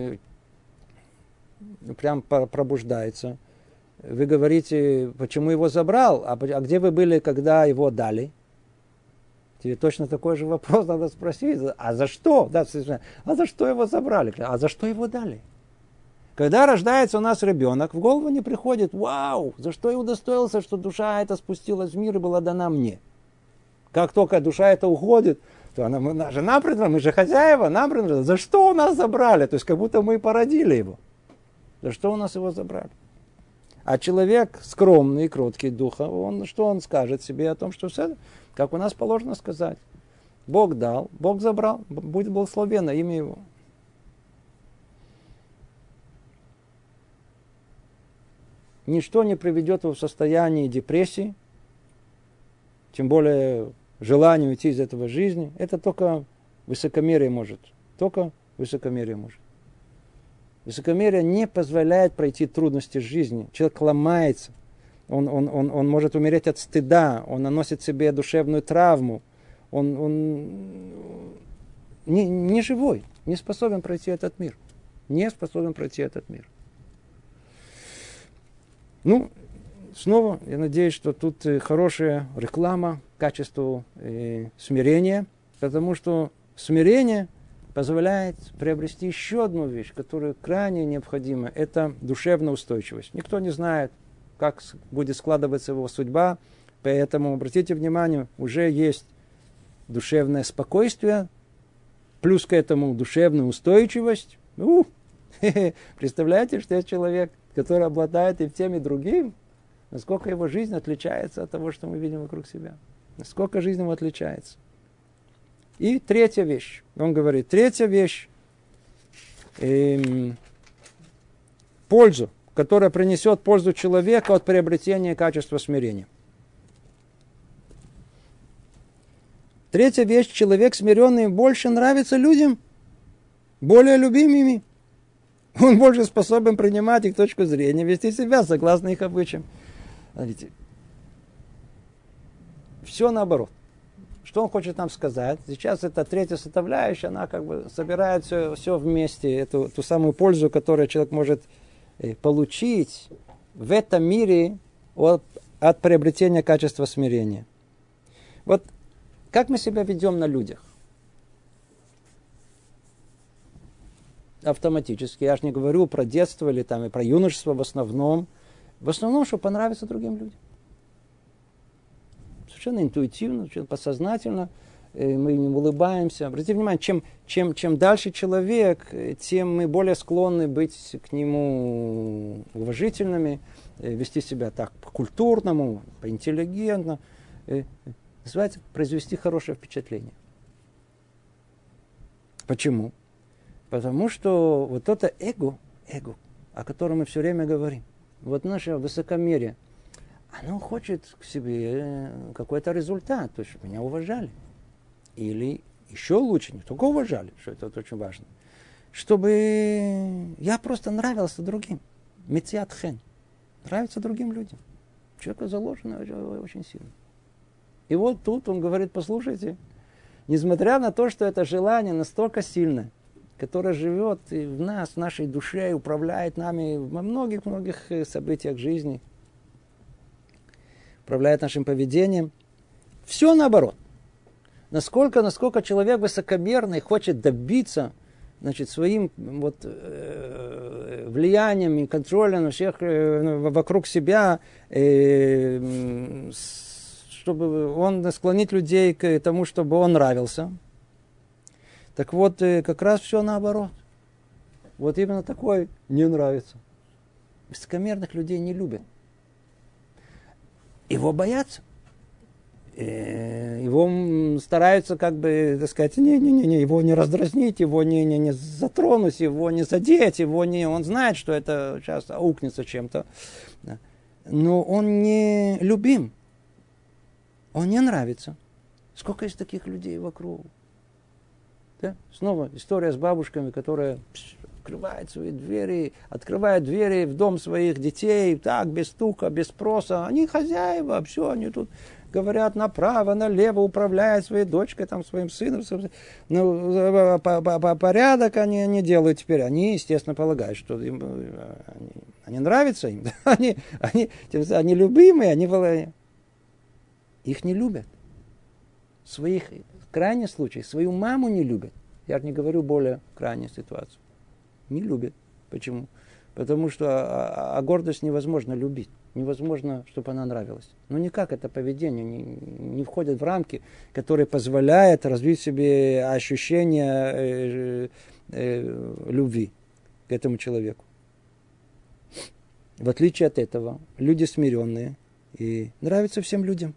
прям пробуждается, вы говорите, почему его забрал, а где вы были, когда его дали? Тебе точно такой же вопрос надо спросить. А за что? Да, а за что его забрали? А за что его дали? Когда рождается у нас ребенок, в голову не приходит, вау, за что я удостоился, что душа эта спустилась в мир и была дана мне. Как только душа эта уходит, то она же нам принадлежит, мы же хозяева, нам принадлежит. За что у нас забрали? То есть как будто мы породили его. За что у нас его забрали? А человек скромный, кроткий духа, что он скажет себе о том, что все, как у нас положено сказать. Бог дал, Бог забрал, будет благословенно имя его. Ничто не приведет его в состояние депрессии, тем более желание уйти из этого жизни. Это только высокомерие может. Только высокомерие может. Высокомерие не позволяет пройти трудности жизни. Человек ломается. Он может умереть от стыда. Он наносит себе душевную травму. Он не живой. Не способен пройти этот мир. Не способен пройти этот мир. Ну, снова, я надеюсь, что тут хорошая реклама качеству смирения. Потому что смирение позволяет приобрести еще одну вещь, которая крайне необходима. Это душевная устойчивость. Никто не знает, как будет складываться его судьба. Поэтому, обратите внимание, уже есть душевное спокойствие, плюс к этому душевная устойчивость. Представляете, что есть человек, который обладает и тем, и другим? Насколько его жизнь отличается от того, что мы видим вокруг себя? Насколько жизнь его отличается? И третья вещь. Он говорит, третья вещь. Пользу, которая принесет пользу человеку от приобретения качества смирения. Третья вещь. Человек смиренный больше нравится людям, более любимыми. Он больше способен принимать их точку зрения, вести себя согласно их обычаям. Смотрите. Все наоборот. Что он хочет нам сказать? Сейчас эта третья составляющая, она как бы собирает все вместе, ту самую пользу, которую человек может получить в этом мире от приобретения качества смирения. Вот как мы себя ведем на людях? Автоматически. Я же не говорю про детство или там, и про юношество в основном. В основном, чтобы понравиться другим людям. Совершенно интуитивно, совершенно подсознательно мы им улыбаемся. Обратите внимание, чем дальше человек, тем мы более склонны быть к нему уважительными, вести себя так по-культурному, по-интеллигентно. Называется произвести хорошее впечатление. Почему? Потому что вот это эго, о котором мы все время говорим, вот наше высокомерие, оно хочет к себе какой-то результат, то есть чтобы меня уважали. Или еще лучше, не только уважали, что это вот очень важно, чтобы я просто нравился другим. Мециат хен. Нравится другим людям. Человеку заложено очень сильно. И вот тут он говорит, послушайте, несмотря на то, что это желание настолько сильное, которое живет и в нас, в нашей душе, и управляет нами во многих-многих событиях жизни, управляет нашим поведением, все наоборот. Насколько человек высокомерный хочет добиться, значит, своим влиянием и контролем всех вокруг себя, чтобы он склонить людей к тому, чтобы он нравился. Так вот, как раз все наоборот. Вот именно такой не нравится. высокомерных людей не любят. Его боятся. Его стараются, как бы, так сказать, его не раздразнить, его не затронуть, его не задеть, он знает, что это сейчас аукнется чем-то. Но он не любим. Он не нравится. Сколько есть таких людей вокруг? Да? Снова история с бабушками, которые открывают двери в дом своих детей, так, без стука, без спроса. Они хозяева, все, они тут говорят направо, налево, управляют своей дочкой, там, своим сыном. Ну, порядок они делают теперь. Они, естественно, полагают, что они нравятся им. Они любимые, их не любят. В своих крайних случаях свою маму не любят. Я же не говорю более крайнюю ситуацию. Не любят. Почему? Потому что гордость невозможно любить. Невозможно, чтобы она нравилась. Но никак это поведение не входит в рамки, которые позволяют развить себе ощущение любви к этому человеку. В отличие от этого, люди смиренные и нравятся всем людям.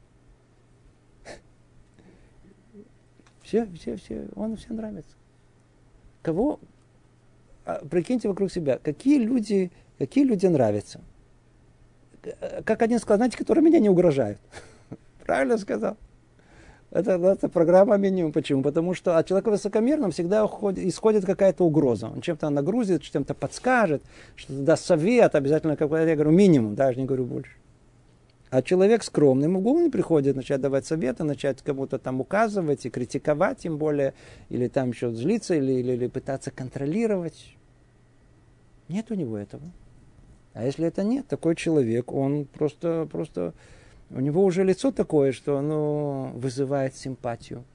Все, он всем нравится. Кого? Прикиньте вокруг себя, какие люди нравятся. Как один сказал, знаете, которые меня не угрожают. Правильно сказал. Это программа минимум. Почему? Потому что от человека высокомерного всегда исходит какая-то угроза. Он чем-то нагрузит, чем-то подскажет, что-то даст совет, обязательно, как я говорю, минимум, даже не говорю больше. А человек скромный, ему в голову не приходит начать давать советы, начать кому-то там указывать и критиковать, тем более, или там еще злиться, или пытаться контролировать. Нет у него этого. А если это нет, такой человек, он просто у него уже лицо такое, что оно вызывает симпатию.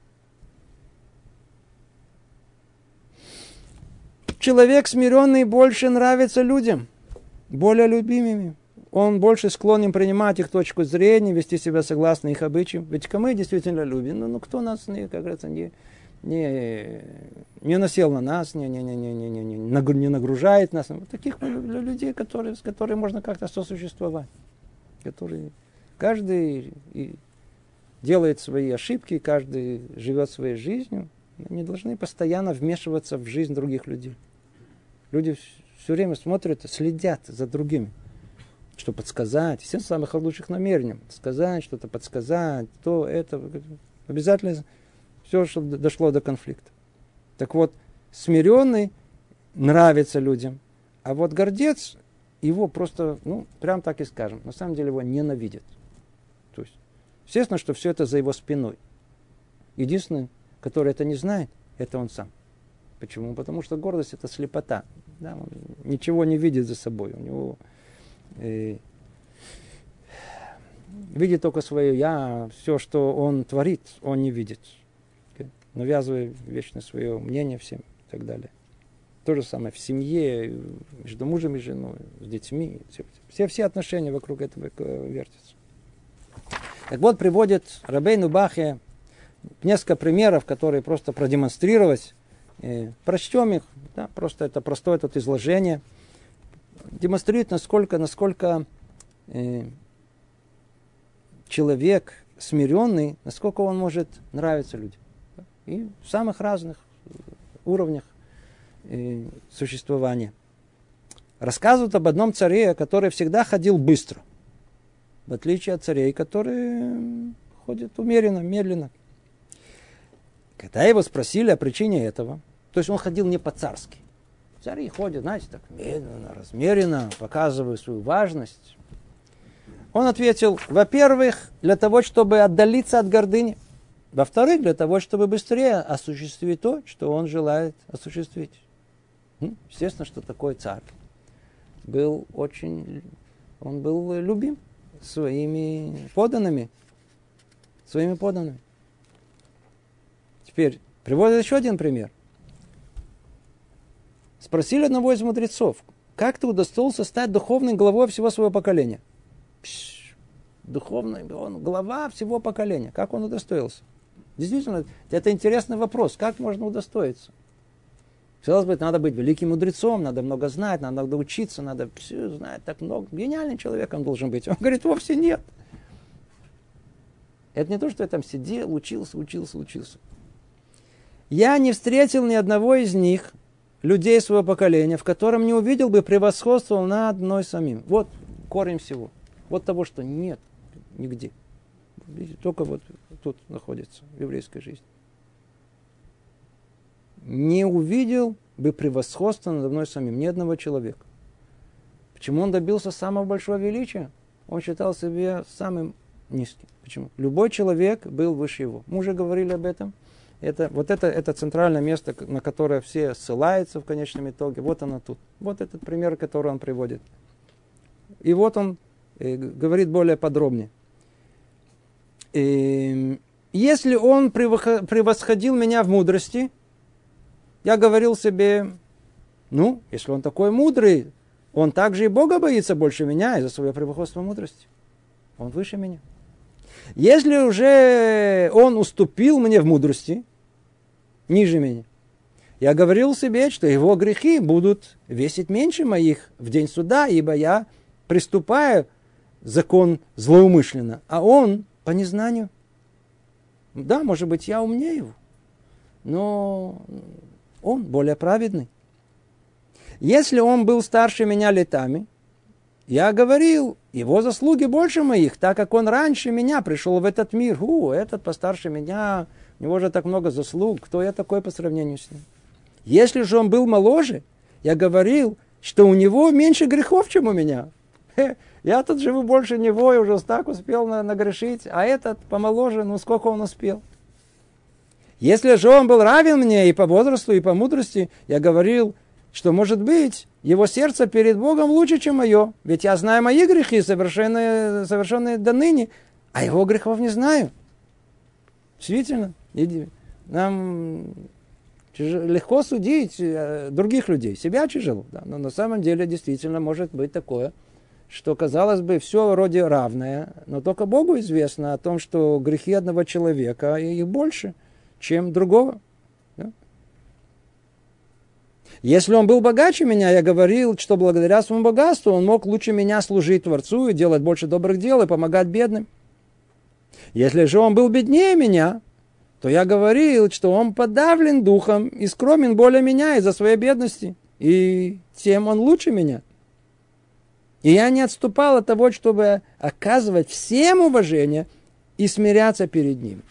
Человек смиренный больше нравится людям, более любимыми. Он больше склонен принимать их точку зрения, вести себя согласно их обычаям. Ведь мы действительно любим. Ну, кто нас, как говорится, не насел на нас, не нагружает нас. Вот таких людей, с которыми можно как-то сосуществовать. Которые каждый делает свои ошибки, каждый живет своей жизнью. Мы не должны постоянно вмешиваться в жизнь других людей. Люди все время смотрят, следят за другими. Что подсказать, всем самых лучших намерений. Сказать, что-то подсказать, то, это. Обязательно все, чтобы дошло до конфликта. Так вот, смиренный нравится людям, а вот гордец его просто, прям так и скажем, на самом деле его ненавидит. То есть, естественно, что все это за его спиной. Единственный, который это не знает, это он сам. Почему? Потому что гордость – это слепота. Да, он ничего не видит за собой. У него видит только свое «я», все, что он творит, он не видит. Навязывая вечно свое мнение всем и так далее. То же самое в семье, между мужем и женой, с детьми. Все отношения вокруг этого вертятся. Так вот, приводит Рабейну Бахья несколько примеров, которые просто продемонстрировать. Прочтем их, да, просто это простое тут изложение. Демонстрирует, насколько человек смиренный, насколько он может нравиться людям. И в самых разных уровнях существования. Рассказывают об одном царе, который всегда ходил быстро. В отличие от царей, которые ходят умеренно, медленно. Когда его спросили о причине этого, то есть он ходил не по-царски. Цари ходят, знаете, так медленно, размеренно, показывая свою важность. Он ответил, во-первых, для того, чтобы отдалиться от гордыни. Во-вторых, для того, чтобы быстрее осуществить то, что он желает осуществить. Естественно, что такой царь был любим своими подданными. Теперь приводит еще один пример. Спросили одного из мудрецов, как ты удостоился стать духовным главой всего своего поколения? Духовный, он глава всего поколения. Как он удостоился? Действительно, это интересный вопрос. Как можно удостоиться? Казалось бы, надо быть великим мудрецом, надо много знать, надо учиться, надо все знать так много. Гениальным человеком должен быть. Он говорит, вовсе нет. Это не то, что я там сидел, учился. Я не встретил ни одного из них, людей своего поколения, в котором не увидел бы превосходства над мной самим. Вот корень всего. Вот того, что нет нигде. Только вот тут находится в еврейской жизни. Не увидел бы превосходства надо мной самим ни одного человека. Почему он добился самого большого величия? Он считал себя самым низким. Почему? Любой человек был выше его. Мы уже говорили об этом. Это центральное место, на которое все ссылаются в конечном итоге. Вот оно тут. Вот этот пример, который он приводит. И вот он говорит более подробнее. Если он превосходил меня в мудрости, я говорил себе, если он такой мудрый, он также и Бога боится больше меня из-за своего превосходства мудрости. Он выше меня. Если уже он уступил мне в мудрости, ниже меня, я говорил себе, что его грехи будут весить меньше моих в день суда, ибо я приступаю закон злоумышленно, а он по незнанию. Да, может быть, я умнее его, но он более праведный. Если он был старше меня летами, я говорил, его заслуги больше моих, так как он раньше меня пришел в этот мир. Этот постарше меня, у него же так много заслуг, кто я такой по сравнению с ним? Если же он был моложе, я говорил, что у него меньше грехов, чем у меня. Я тут живу больше него и уже так успел нагрешить, а этот помоложе, сколько он успел? Если же он был равен мне и по возрасту, и по мудрости, я говорил, что, может быть, его сердце перед Богом лучше, чем мое. Ведь я знаю мои грехи, совершенные до ныне, а его грехов не знаю. Действительно, нам легко судить других людей, себя тяжело. Да? Но на самом деле действительно может быть такое, что, казалось бы, все вроде равное, но только Богу известно о том, что грехи одного человека, их больше, чем другого. Да? Если он был богаче меня, я говорил, что благодаря своему богатству он мог лучше меня служить Творцу и делать больше добрых дел и помогать бедным. Если же он был беднее меня, то я говорил, что он подавлен духом и скромен более меня из-за своей бедности, и тем он лучше меня. И я не отступал от того, чтобы оказывать всем уважение и смиряться перед ним.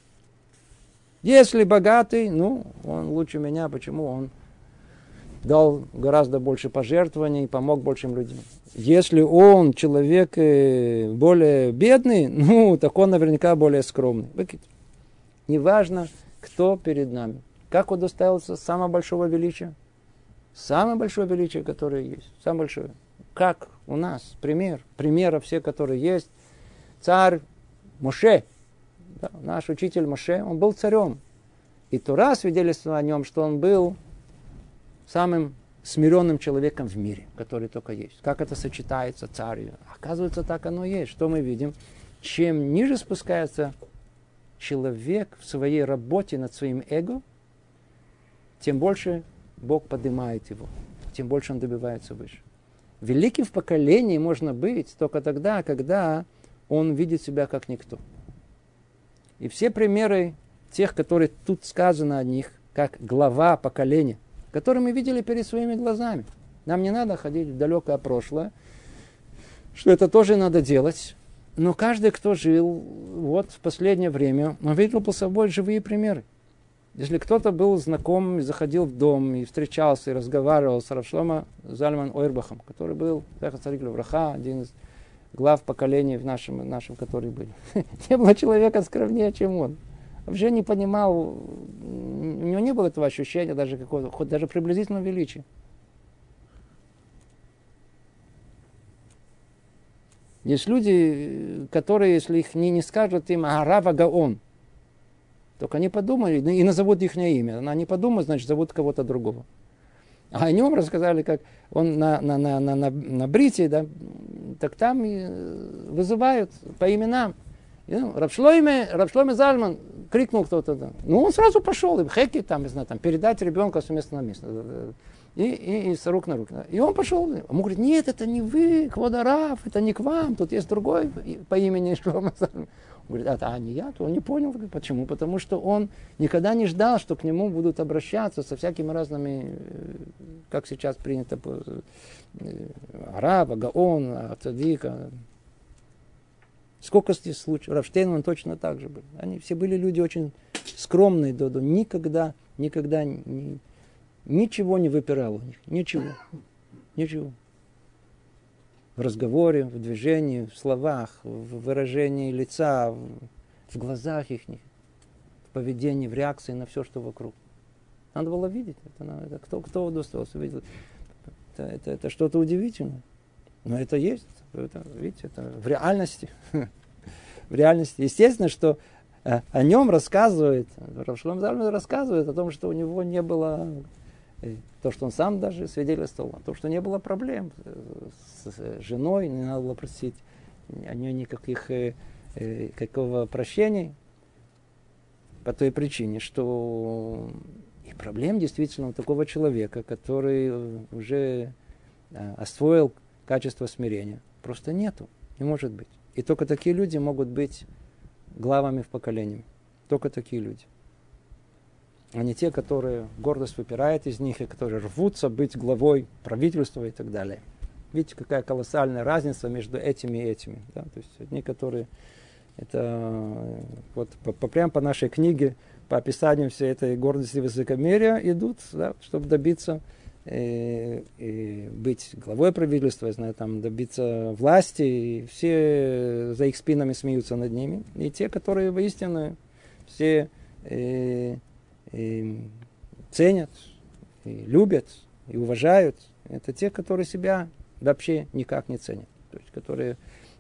Если богатый, он лучше меня, почему? Он дал гораздо больше пожертвований, помог большим людям. Если он человек более бедный, так он наверняка более скромный. Неважно, кто перед нами. Как удостоился самого большого величия? Самое большое величие, которое есть. Самое большое. Как у нас примеры все, которые есть. Царь Моше, да, наш учитель Моше, он был царем. И Тора свидетельствовала о нем, что он был самым смиренным человеком в мире, который только есть. Как это сочетается царь? Оказывается, так оно и есть. Что мы видим? Чем ниже спускается человек в своей работе над своим эго, тем больше Бог поднимает его, тем больше он добивается выше. Великим в поколении можно быть только тогда, когда он видит себя как никто. И все примеры тех, которые тут сказано о них, как глава поколения, которые мы видели перед своими глазами. Нам не надо ходить в далекое прошлое, что это тоже надо делать. Но каждый, кто жил в последнее время, он видел по собой живые примеры. Если кто-то был знаком и заходил в дом, и встречался, и разговаривал с Рав Шломо Зальман Ойрбахом, который был, один из глав поколений в нашем, которые были. Не было человека скромнее, чем он. Вообще не понимал, у него не было этого ощущения даже какого-то, хоть даже приблизительного величия. Есть люди, которые, если их не скажут им «Арава Гаон», только они подумали и назовут их имя. Они подумают, значит, зовут кого-то другого. А о нем рассказали, как он на брите, да, так там вызывают по именам. Рав Шломе Зальман, крикнул кто-то. Да. Ну, он сразу пошел, и хеки там, не знаю, там, передать ребенка с места на место. И с рук на руку. И он пошел. Он говорит, нет, это не вы, Квода Рав, это не к вам, тут есть другой по имени Шломе Зальман. Он говорит, не я, то он не понял. Почему? Потому что он никогда не ждал, что к нему будут обращаться со всякими разными, как сейчас принято, Раба, Гаон, Цадика. Сколько здесь случаев? Рав Штейнман точно так же был. Они все были люди очень скромные, никогда ничего не выпирало у них. Ничего. В разговоре, в движении, в словах, в выражении лица, в глазах их, в поведении, в реакции на все, что вокруг. Надо было видеть. Это кто удостоился видеть. Это что-то удивительное. Но это есть. Видите, это в реальности. В реальности. Естественно, что о нем рассказывает, Рав Шломе Зальман рассказывает о том, что у него не было, то, что он сам даже свидетельствовал, то, что не было проблем с женой, не надо было просить о ней никакого прощения, по той причине, что и проблем действительно у такого человека, который уже освоил качество смирения, просто нету, не может быть. И только такие люди могут быть главами в поколении. Только такие люди. А не те, которые гордость выпирает из них, и которые рвутся быть главой правительства и так далее. Видите, какая колоссальная разница между этими и этими. Да? То есть одни, которые это вот прямо по нашей книге, по описанию всей этой гордости и высокомерия идут, да, чтобы добиться и быть главой правительства, я знаю, там, добиться власти, и все за их спинами смеются над ними. И те, которые воистину все ценят, и любят, и уважают, это те, которые себя вообще никак не ценят. То есть, которые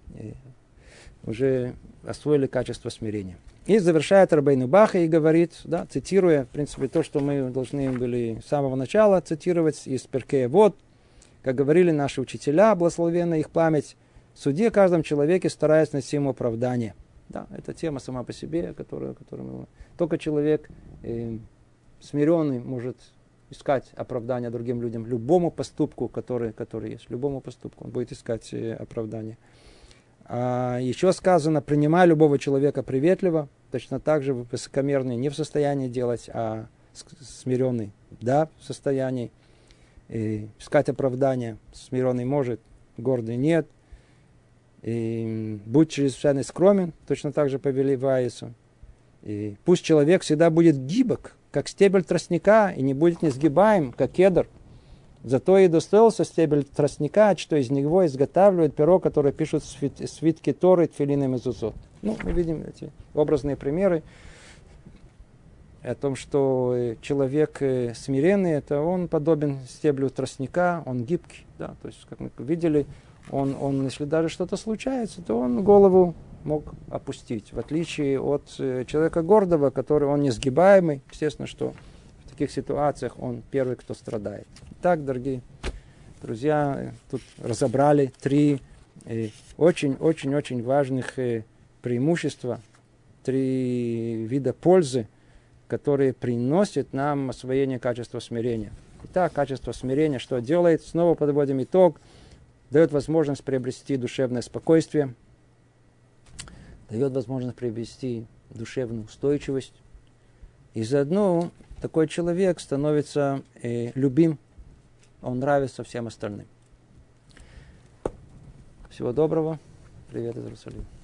уже освоили качество смирения. И завершает Рабейну Баха и говорит, да, цитируя, в принципе, то, что мы должны были с самого начала цитировать из Перкея Авот, как говорили наши учителя, благословенная их память, суди о каждом человеке, стараясь найти ему оправдание. Да, это тема сама по себе, которую только человек смиренный может искать оправдание другим людям, любому поступку, который есть, любому поступку, он будет искать оправдание. А еще сказано, принимай любого человека приветливо, точно так же высокомерный не в состоянии делать, а смиренный, да, в состоянии. И искать оправдание смиренный может, гордый нет. И будь чрезвычайно скромен, точно так же повели Ваису. И пусть человек всегда будет гибок, как стебель тростника, и не будет несгибаем, как кедр. Зато и достоился стебель тростника, что из него изготавливают перо, которое пишут свитки Торы, тфилин и мезузот. Ну, мы видим эти образные примеры о том, что человек смиренный, это он подобен стеблю тростника, он гибкий. Да? То есть, как мы видели, он, если даже что-то случается, то он голову мог опустить. В отличие от человека гордого, который он несгибаемый, естественно, что в таких ситуациях он первый, кто страдает. Так, дорогие друзья, тут разобрали 3 очень-очень-очень важных преимущества, 3 вида пользы, которые приносят нам освоение качества смирения. Итак, качество смирения что делает? Снова подводим итог. Дает возможность приобрести душевное спокойствие, дает возможность приобрести душевную устойчивость. И заодно такой человек становится любим, он нравится всем остальным. Всего доброго. Привет из Иерусалима.